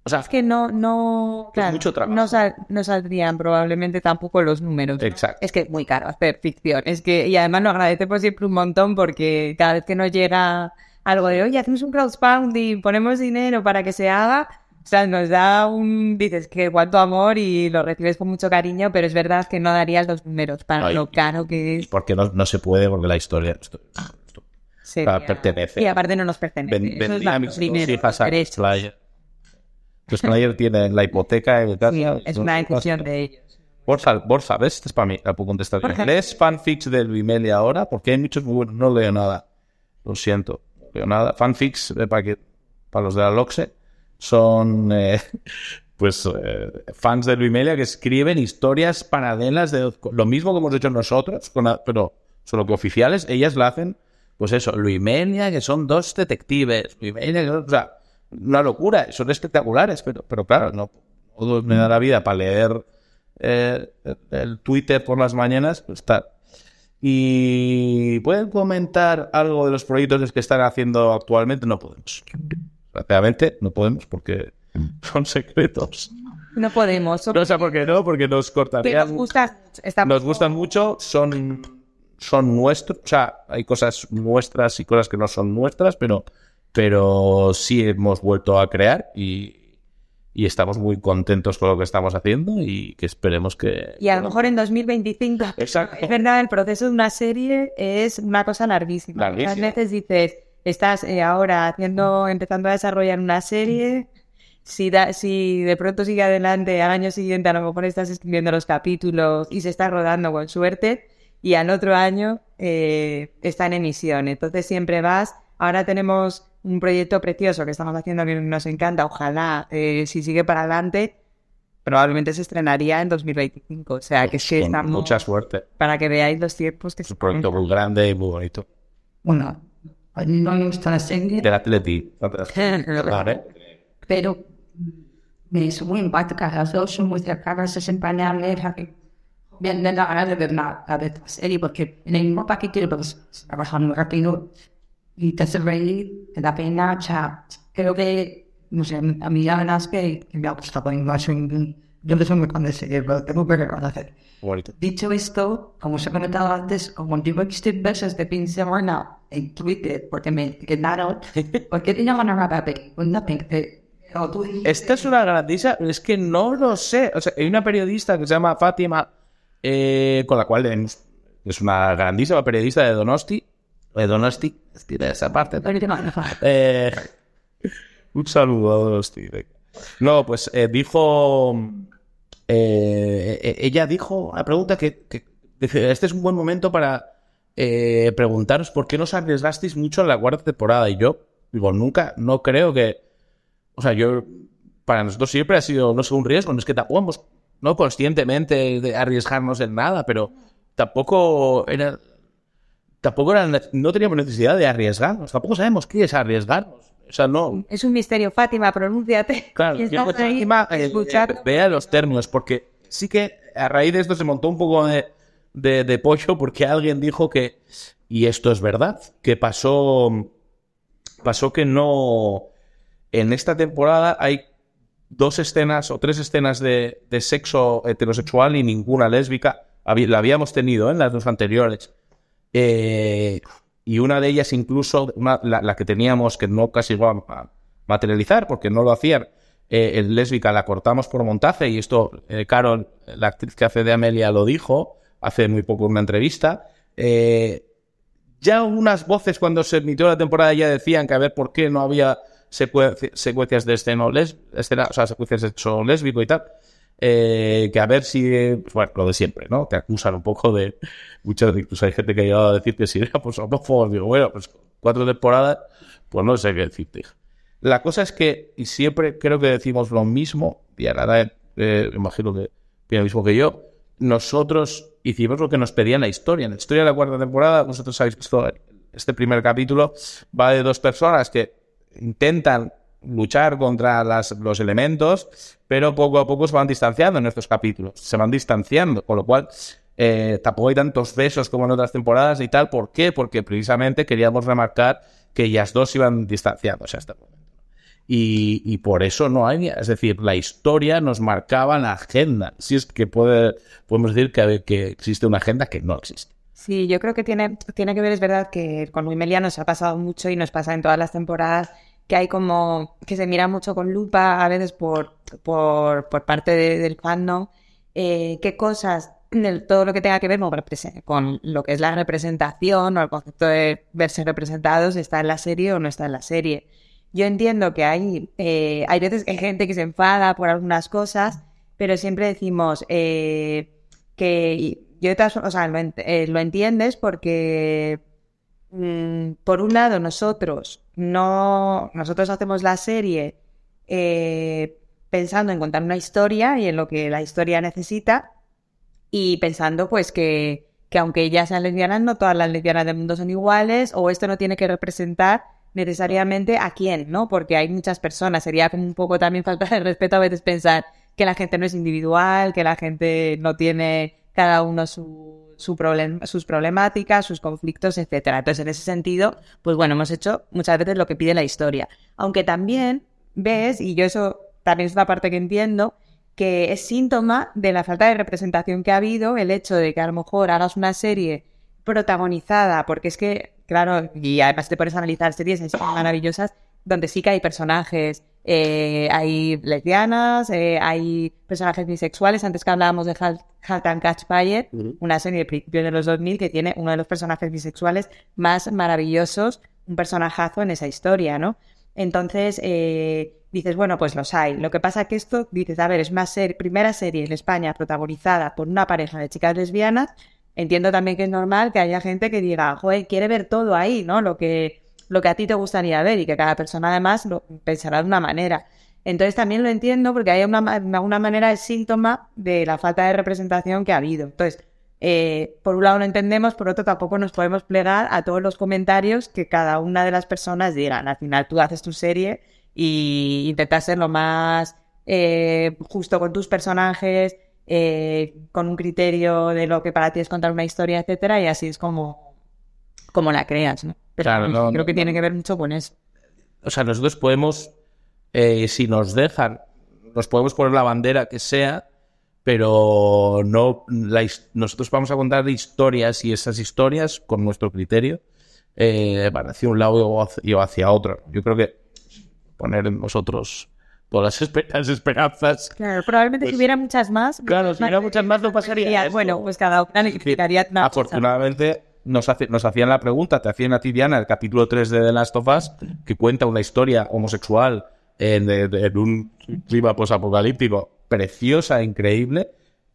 O sea, Es que no, no, claro, mucho trabajo. no, sal- no saldrían probablemente tampoco los números. ¿no? Exacto. Es que es muy caro hacer ficción. Es que, y además lo agradecemos siempre un montón porque cada vez que nos llega algo de, oye, hacemos un crowdfunding, ponemos dinero para que se haga, o sea, nos da un, dices que cuánto amor y lo recibes con mucho cariño, pero es verdad que no darías los números para Ay, lo caro que es. porque no, no se puede, porque la historia esto, esto Sería- pertenece. Y aparte no nos pertenece. ven- Eso es vendía la- a mis los dos dineros, hijas a los derechos. Slayer. Los Slayer tienen la hipoteca en el caso. Sí, es una decisión de ellos. Borja, Borja, ¿ves? Este es para mí, la puedo contestar bien. Borja. ¿Lees fanfics del Luimeli ahora? Porque hay muchos muy buenos. No leo nada. Lo siento. No leo nada. Fanfics, eh, para, que, para los de la Loxe, son eh, pues eh, fans de Luimelia que escriben historias paralelas de lo mismo que hemos hecho nosotros, con la- pero solo que oficiales. Ellas la hacen, pues eso, Luimelia, que son dos detectives. Luimelia, que son- o sea, una locura. Son espectaculares, pero, pero claro, no, no me da la vida para leer eh, el Twitter por las mañanas, pues tal. Y pueden comentar algo de los proyectos que están haciendo actualmente. No podemos. Desgraciadamente no podemos porque son secretos. No podemos. No sé por qué no, porque nos Pero cortarían. nos gusta, está- Nos gustan mucho, son, son nuestros. O sea, hay cosas nuestras y cosas que no son nuestras, pero, pero sí hemos vuelto a crear y, y estamos muy contentos con lo que estamos haciendo y que esperemos que. Y a lo mejor en dos mil veinticinco. Exacto. Es verdad, el proceso de una serie es una cosa larguísima. Larguísima. Muchas veces dices, estás eh, ahora haciendo, empezando a desarrollar una serie. Si, da, si de pronto sigue adelante, al año siguiente a lo mejor estás escribiendo los capítulos y se está rodando con suerte, y al otro año eh, está en emisión. Entonces siempre vas. Ahora tenemos un proyecto precioso que estamos haciendo que nos encanta. Ojalá, eh, si sigue para adelante, probablemente se estrenaría en dos mil veinticinco. O sea, que sí Con estamos... mucha suerte. Para que veáis los tiempos que Es un proyecto muy grande y muy bonito. Bueno, no me gusta la serie, Del Atleti. Vale. pero me hizo muy empática. Las dos son muy cercanas, es empañable. Bien, de la hora de ver la, la de la serie, porque en el mismo paquete pues, trabajando rápido y te hace reír, te da pena. O sea, creo que, no sé, a mí la verdad es que, que me ha gustado más. Yo empecé muy con la serie, pero tengo que reconocer. Bonito. Dicho esto, como os he comentado antes, como yo he visto veces de fin de semana en Twitter, porque me quedaron, porque tenía una rara película, porque como tú dijiste, Esta es una grandísima, es que no lo sé. O sea, hay una periodista que se llama Fátima, eh, con la cual hemos- es una grandísima periodista de Donosti. De Donosti, es que de esa parte. Eh, un saludo a Donosti. venga. No, pues eh, dijo. eh, eh, ella dijo una pregunta que, que dice, este es un buen momento para eh, preguntaros por qué no os arriesgasteis mucho en la cuarta temporada. Y yo digo, nunca, no creo que. O sea, yo. Para nosotros siempre ha sido, no sé, un riesgo. No es que tampoco hemos, no conscientemente de arriesgarnos en nada, pero tampoco era. Tampoco era, no teníamos necesidad de arriesgarnos. Tampoco sabemos qué es arriesgarnos. O sea, no. Es un misterio, Fátima, pronúnciate. Claro, Y yo estás ahí encima, eh, escuchando. eh, vea los términos, porque sí que a raíz de esto se montó un poco de, de, de pollo, porque alguien dijo que, y esto es verdad, que pasó, pasó que no, en esta temporada hay dos escenas o tres escenas de, de sexo heterosexual y ninguna lésbica. Habí- La habíamos tenido, ¿eh? En las dos anteriores. Eh, y una de ellas incluso, una- la, la que teníamos que no casi iba a materializar porque no lo hacían, eh, el lésbica la cortamos por montaje y esto, eh, Carol, la actriz que hace de Amelia, lo dijo hace muy poco en una entrevista. Eh, ya unas voces cuando se emitió la temporada ya decían que a ver por qué no había secue- secuencias de escena, les, escena, o sea, secuencias de sexo lésbico y tal. Eh, que a ver si, eh, pues bueno, lo de siempre, ¿no? Te acusan un poco de, muchas, incluso hay gente que ha llegado a decir que si era, pues homófobos, digo, bueno, pues cuatro temporadas, pues no sé qué decirte. La cosa es que, y siempre creo que decimos lo mismo, y ahora eh, imagino que piensa lo mismo que yo, nosotros hicimos lo que nos pedía en la historia. En la historia de la cuarta temporada, vosotros habéis visto este primer capítulo, va de dos personas que intentan luchar contra las, los elementos, pero poco a poco se van distanciando en estos capítulos, se van distanciando, con lo cual eh, tampoco hay tantos besos como en otras temporadas y tal. ¿Por qué? Porque precisamente queríamos remarcar que ellas dos iban distanciándose hasta el momento. y, y por eso no hay, es decir, la historia nos marcaba la agenda, si es que puede, podemos decir que, que existe una agenda que no existe. Sí, yo creo que tiene, tiene que ver, es verdad que con Luis Meliá nos ha pasado mucho y nos pasa en todas las temporadas que hay como que se mira mucho con lupa a veces por, por, por parte de, del fandom, eh, qué cosas, del, todo lo que tenga que ver con, con lo que es la representación o el concepto de verse representados está en la serie o no está en la serie. Yo entiendo que hay, eh, hay veces que hay gente que se enfada por algunas cosas, pero siempre decimos eh, que... Yo te, o sea, lo, eh, lo entiendes porque, mmm, por un lado, nosotros no nosotros hacemos la serie eh, pensando en contar una historia y en lo que la historia necesita y pensando pues que, que aunque ellas sean lesbianas, no todas las lesbianas del mundo son iguales o esto no tiene que representar necesariamente a quién, ¿no? Porque hay muchas personas, sería como un poco también falta de respeto a veces pensar que la gente no es individual, que la gente no tiene... cada uno su, su problem, sus problemáticas, sus conflictos, etcétera. Entonces, en ese sentido, pues bueno, hemos hecho muchas veces lo que pide la historia. Aunque también ves, y yo eso también es una parte que entiendo, que es síntoma de la falta de representación que ha habido el hecho de que a lo mejor hagas una serie protagonizada, porque es que, claro, y además te pones a analizar series maravillosas, donde sí que hay personajes, eh, hay lesbianas, eh, hay personajes bisexuales. Antes que hablábamos de Halt, Halt and Catch Fire, uh-huh. una serie de principios de los dos mil que tiene uno de los personajes bisexuales más maravillosos, un personajazo en esa historia, ¿no? Entonces, eh, dices, bueno, pues los hay. Lo que pasa es que esto, dices, a ver, es una serie, primera serie en España protagonizada por una pareja de chicas lesbianas. Entiendo también que es normal que haya gente que diga, joder, quiere ver todo ahí, ¿no? Lo que... lo que a ti te gustaría ver y que cada persona además lo pensará de una manera. Entonces también lo entiendo porque hay una, de alguna manera es síntoma de la falta de representación que ha habido. Entonces, eh, por un lado lo entendemos, por otro tampoco nos podemos plegar a todos los comentarios que cada una de las personas digan. Al final tú haces tu serie y intentas ser lo más eh, justo con tus personajes, eh, con un criterio de lo que para ti es contar una historia, etcétera, y así es como, como la creas, ¿no? Pero claro, no, creo que no, tiene no. que ver mucho con eso. O sea, nosotros podemos, eh, si nos dejan, nos podemos poner la bandera que sea, pero no la, nosotros vamos a contar historias y esas historias, con nuestro criterio, eh, van hacia un lado o hacia, o hacia otro. Yo creo que poner en nosotros todas las, esper las esperanzas... Claro, probablemente pues, si hubiera muchas más... Claro, si hubiera muchas más no pasaría. Bueno, pues cada una necesitaría... Sí, afortunadamente... Nos, hace, nos hacían la pregunta, te hacían a ti, Diana, el capítulo tres de The Last of Us, que cuenta una historia homosexual en, en, en un clima posapocalíptico preciosa, increíble,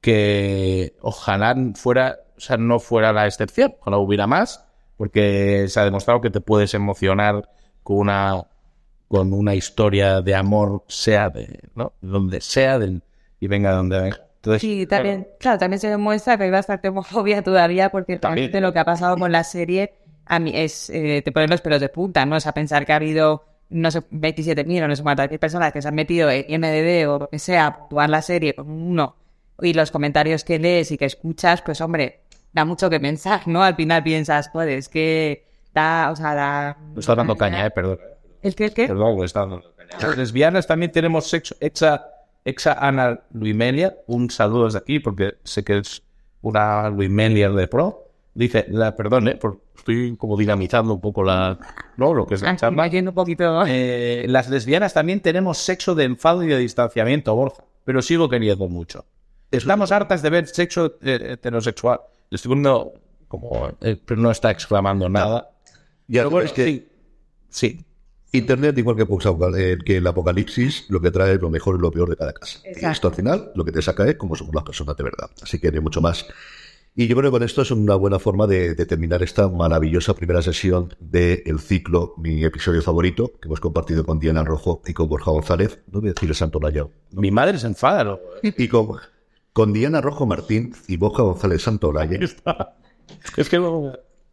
que ojalá fuera, o sea, no fuera la excepción, ojalá hubiera más, porque se ha demostrado que te puedes emocionar con una, con una historia de amor, sea de, ¿no? donde sea del, y venga de donde venga. Entonces, sí, también, claro. claro, también se demuestra que hay bastante homofobia todavía porque realmente lo que ha pasado con la serie a mí es, eh, te ponen los pelos de punta, ¿no? O sea, pensar que ha habido, no sé, veintisiete mil o no sé cuántas personas que se han metido en I M D B o lo que sea a puntuar la serie con uno y los comentarios que lees y que escuchas, pues hombre, da mucho que pensar, ¿no? Al final piensas, pues es que da, o sea, da... Me está dando caña, eh, perdón. ¿El qué, el qué? Perdón, me está dando caña. Las lesbianas también tenemos sexo, exa... Exa Ana Luimelia, un saludo desde aquí porque sé que es una Luimelia de pro. Dice, la, perdón, eh, por, estoy como dinamizando un poco la, ¿no? Lo que es la charla. Un poquito. Eh, las lesbianas también tenemos sexo de enfado y de distanciamiento, Borja, pero sigo queriendo mucho. Estamos hartas de ver sexo eh, heterosexual. Le estoy poniendo como, eh, pero no está exclamando nada. Ya, pero bueno, es que sí, sí. Internet, igual que, eh, que el apocalipsis, lo que trae es lo mejor y lo peor de cada casa. Exacto. Y esto al final lo que te saca es cómo somos las personas de verdad. Así que no hay mucho más. Y yo creo que con esto es una buena forma de, de terminar esta maravillosa primera sesión del ciclo, mi episodio favorito, que hemos compartido con Diana Rojo y con Borja González. No voy a decir el santo Layo. ¿no? Mi madre se enfada, ¿no? Y con, con Diana Rojo Martín y Borja González Santolaye. Es que no...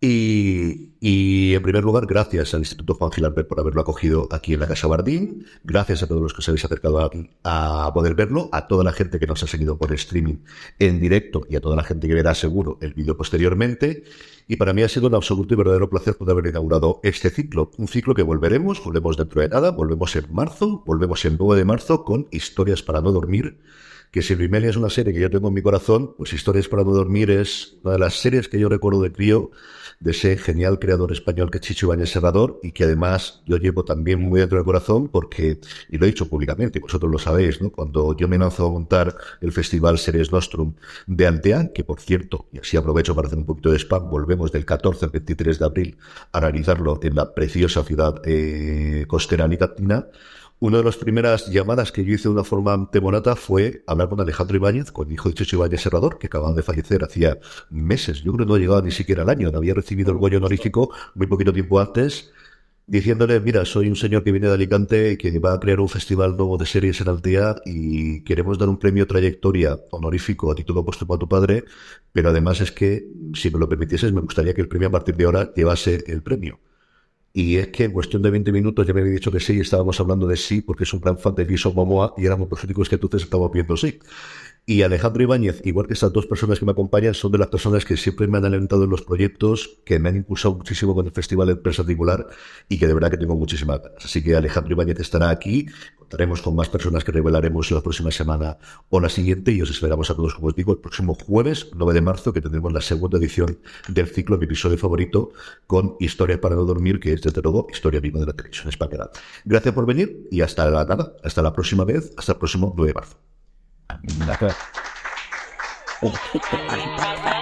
Y, y en primer lugar, gracias al Instituto Juan Gilabert por haberlo acogido aquí en la Casa Bardín. Gracias a todos los que os habéis acercado a, a poder verlo, a toda la gente que nos ha seguido por streaming en directo y a toda la gente que verá seguro el vídeo posteriormente. Y para mí ha sido un absoluto y verdadero placer poder haber inaugurado este ciclo. Un ciclo que volveremos, volvemos dentro de nada, volvemos en marzo, volvemos el nueve de marzo con Historias para no dormir, que si Rimelia es una serie que yo tengo en mi corazón, pues Historias para no dormir es una de las series que yo recuerdo de crío, de ese genial creador español que es Chicho Ibáñez Serrador, y que además yo llevo también muy dentro del corazón porque, y lo he dicho públicamente, y vosotros lo sabéis, ¿no? Cuando yo me lanzo a montar el festival Series Nostrum de Altea, que por cierto, y así aprovecho para hacer un poquito de spam, volvemos del catorce al veintitrés de abril a realizarlo en la preciosa ciudad eh, costera alicantina. Una de las primeras llamadas que yo hice de una forma temonata fue hablar con Alejandro Ibáñez, con el hijo de Chicho Ibáñez Serrador, que acababan de fallecer hacía meses. Yo creo que no llegaba ni siquiera al año. No había recibido el Goya honorífico muy poquito tiempo antes, diciéndole, mira, soy un señor que viene de Alicante y que va a crear un festival nuevo de series en Altea y queremos dar un premio trayectoria honorífico a título póstumo a tu padre, pero además es que, si me lo permitieses, me gustaría que el premio a partir de ahora llevase el premio. Y es que en cuestión de veinte minutos ya me había dicho que sí, y estábamos hablando de sí, porque es un gran fan de Jason Momoa, y éramos los únicos que entonces estábamos viendo sí. Y Alejandro Ibáñez, igual que estas dos personas que me acompañan, son de las personas que siempre me han alentado en los proyectos, que me han impulsado muchísimo con el Festival en particular, y que de verdad que tengo muchísimas ganas. Así que Alejandro Ibáñez estará aquí, contaremos con más personas que revelaremos la próxima semana o la siguiente, y os esperamos a todos, como os digo, el próximo jueves, nueve de marzo, que tendremos la segunda edición del ciclo, mi episodio favorito, con Historia para no dormir, que es, desde luego, historia viva de la televisión española. Gracias por venir, y hasta la nada, hasta la próxima vez, hasta el próximo nueve de marzo. Gracias.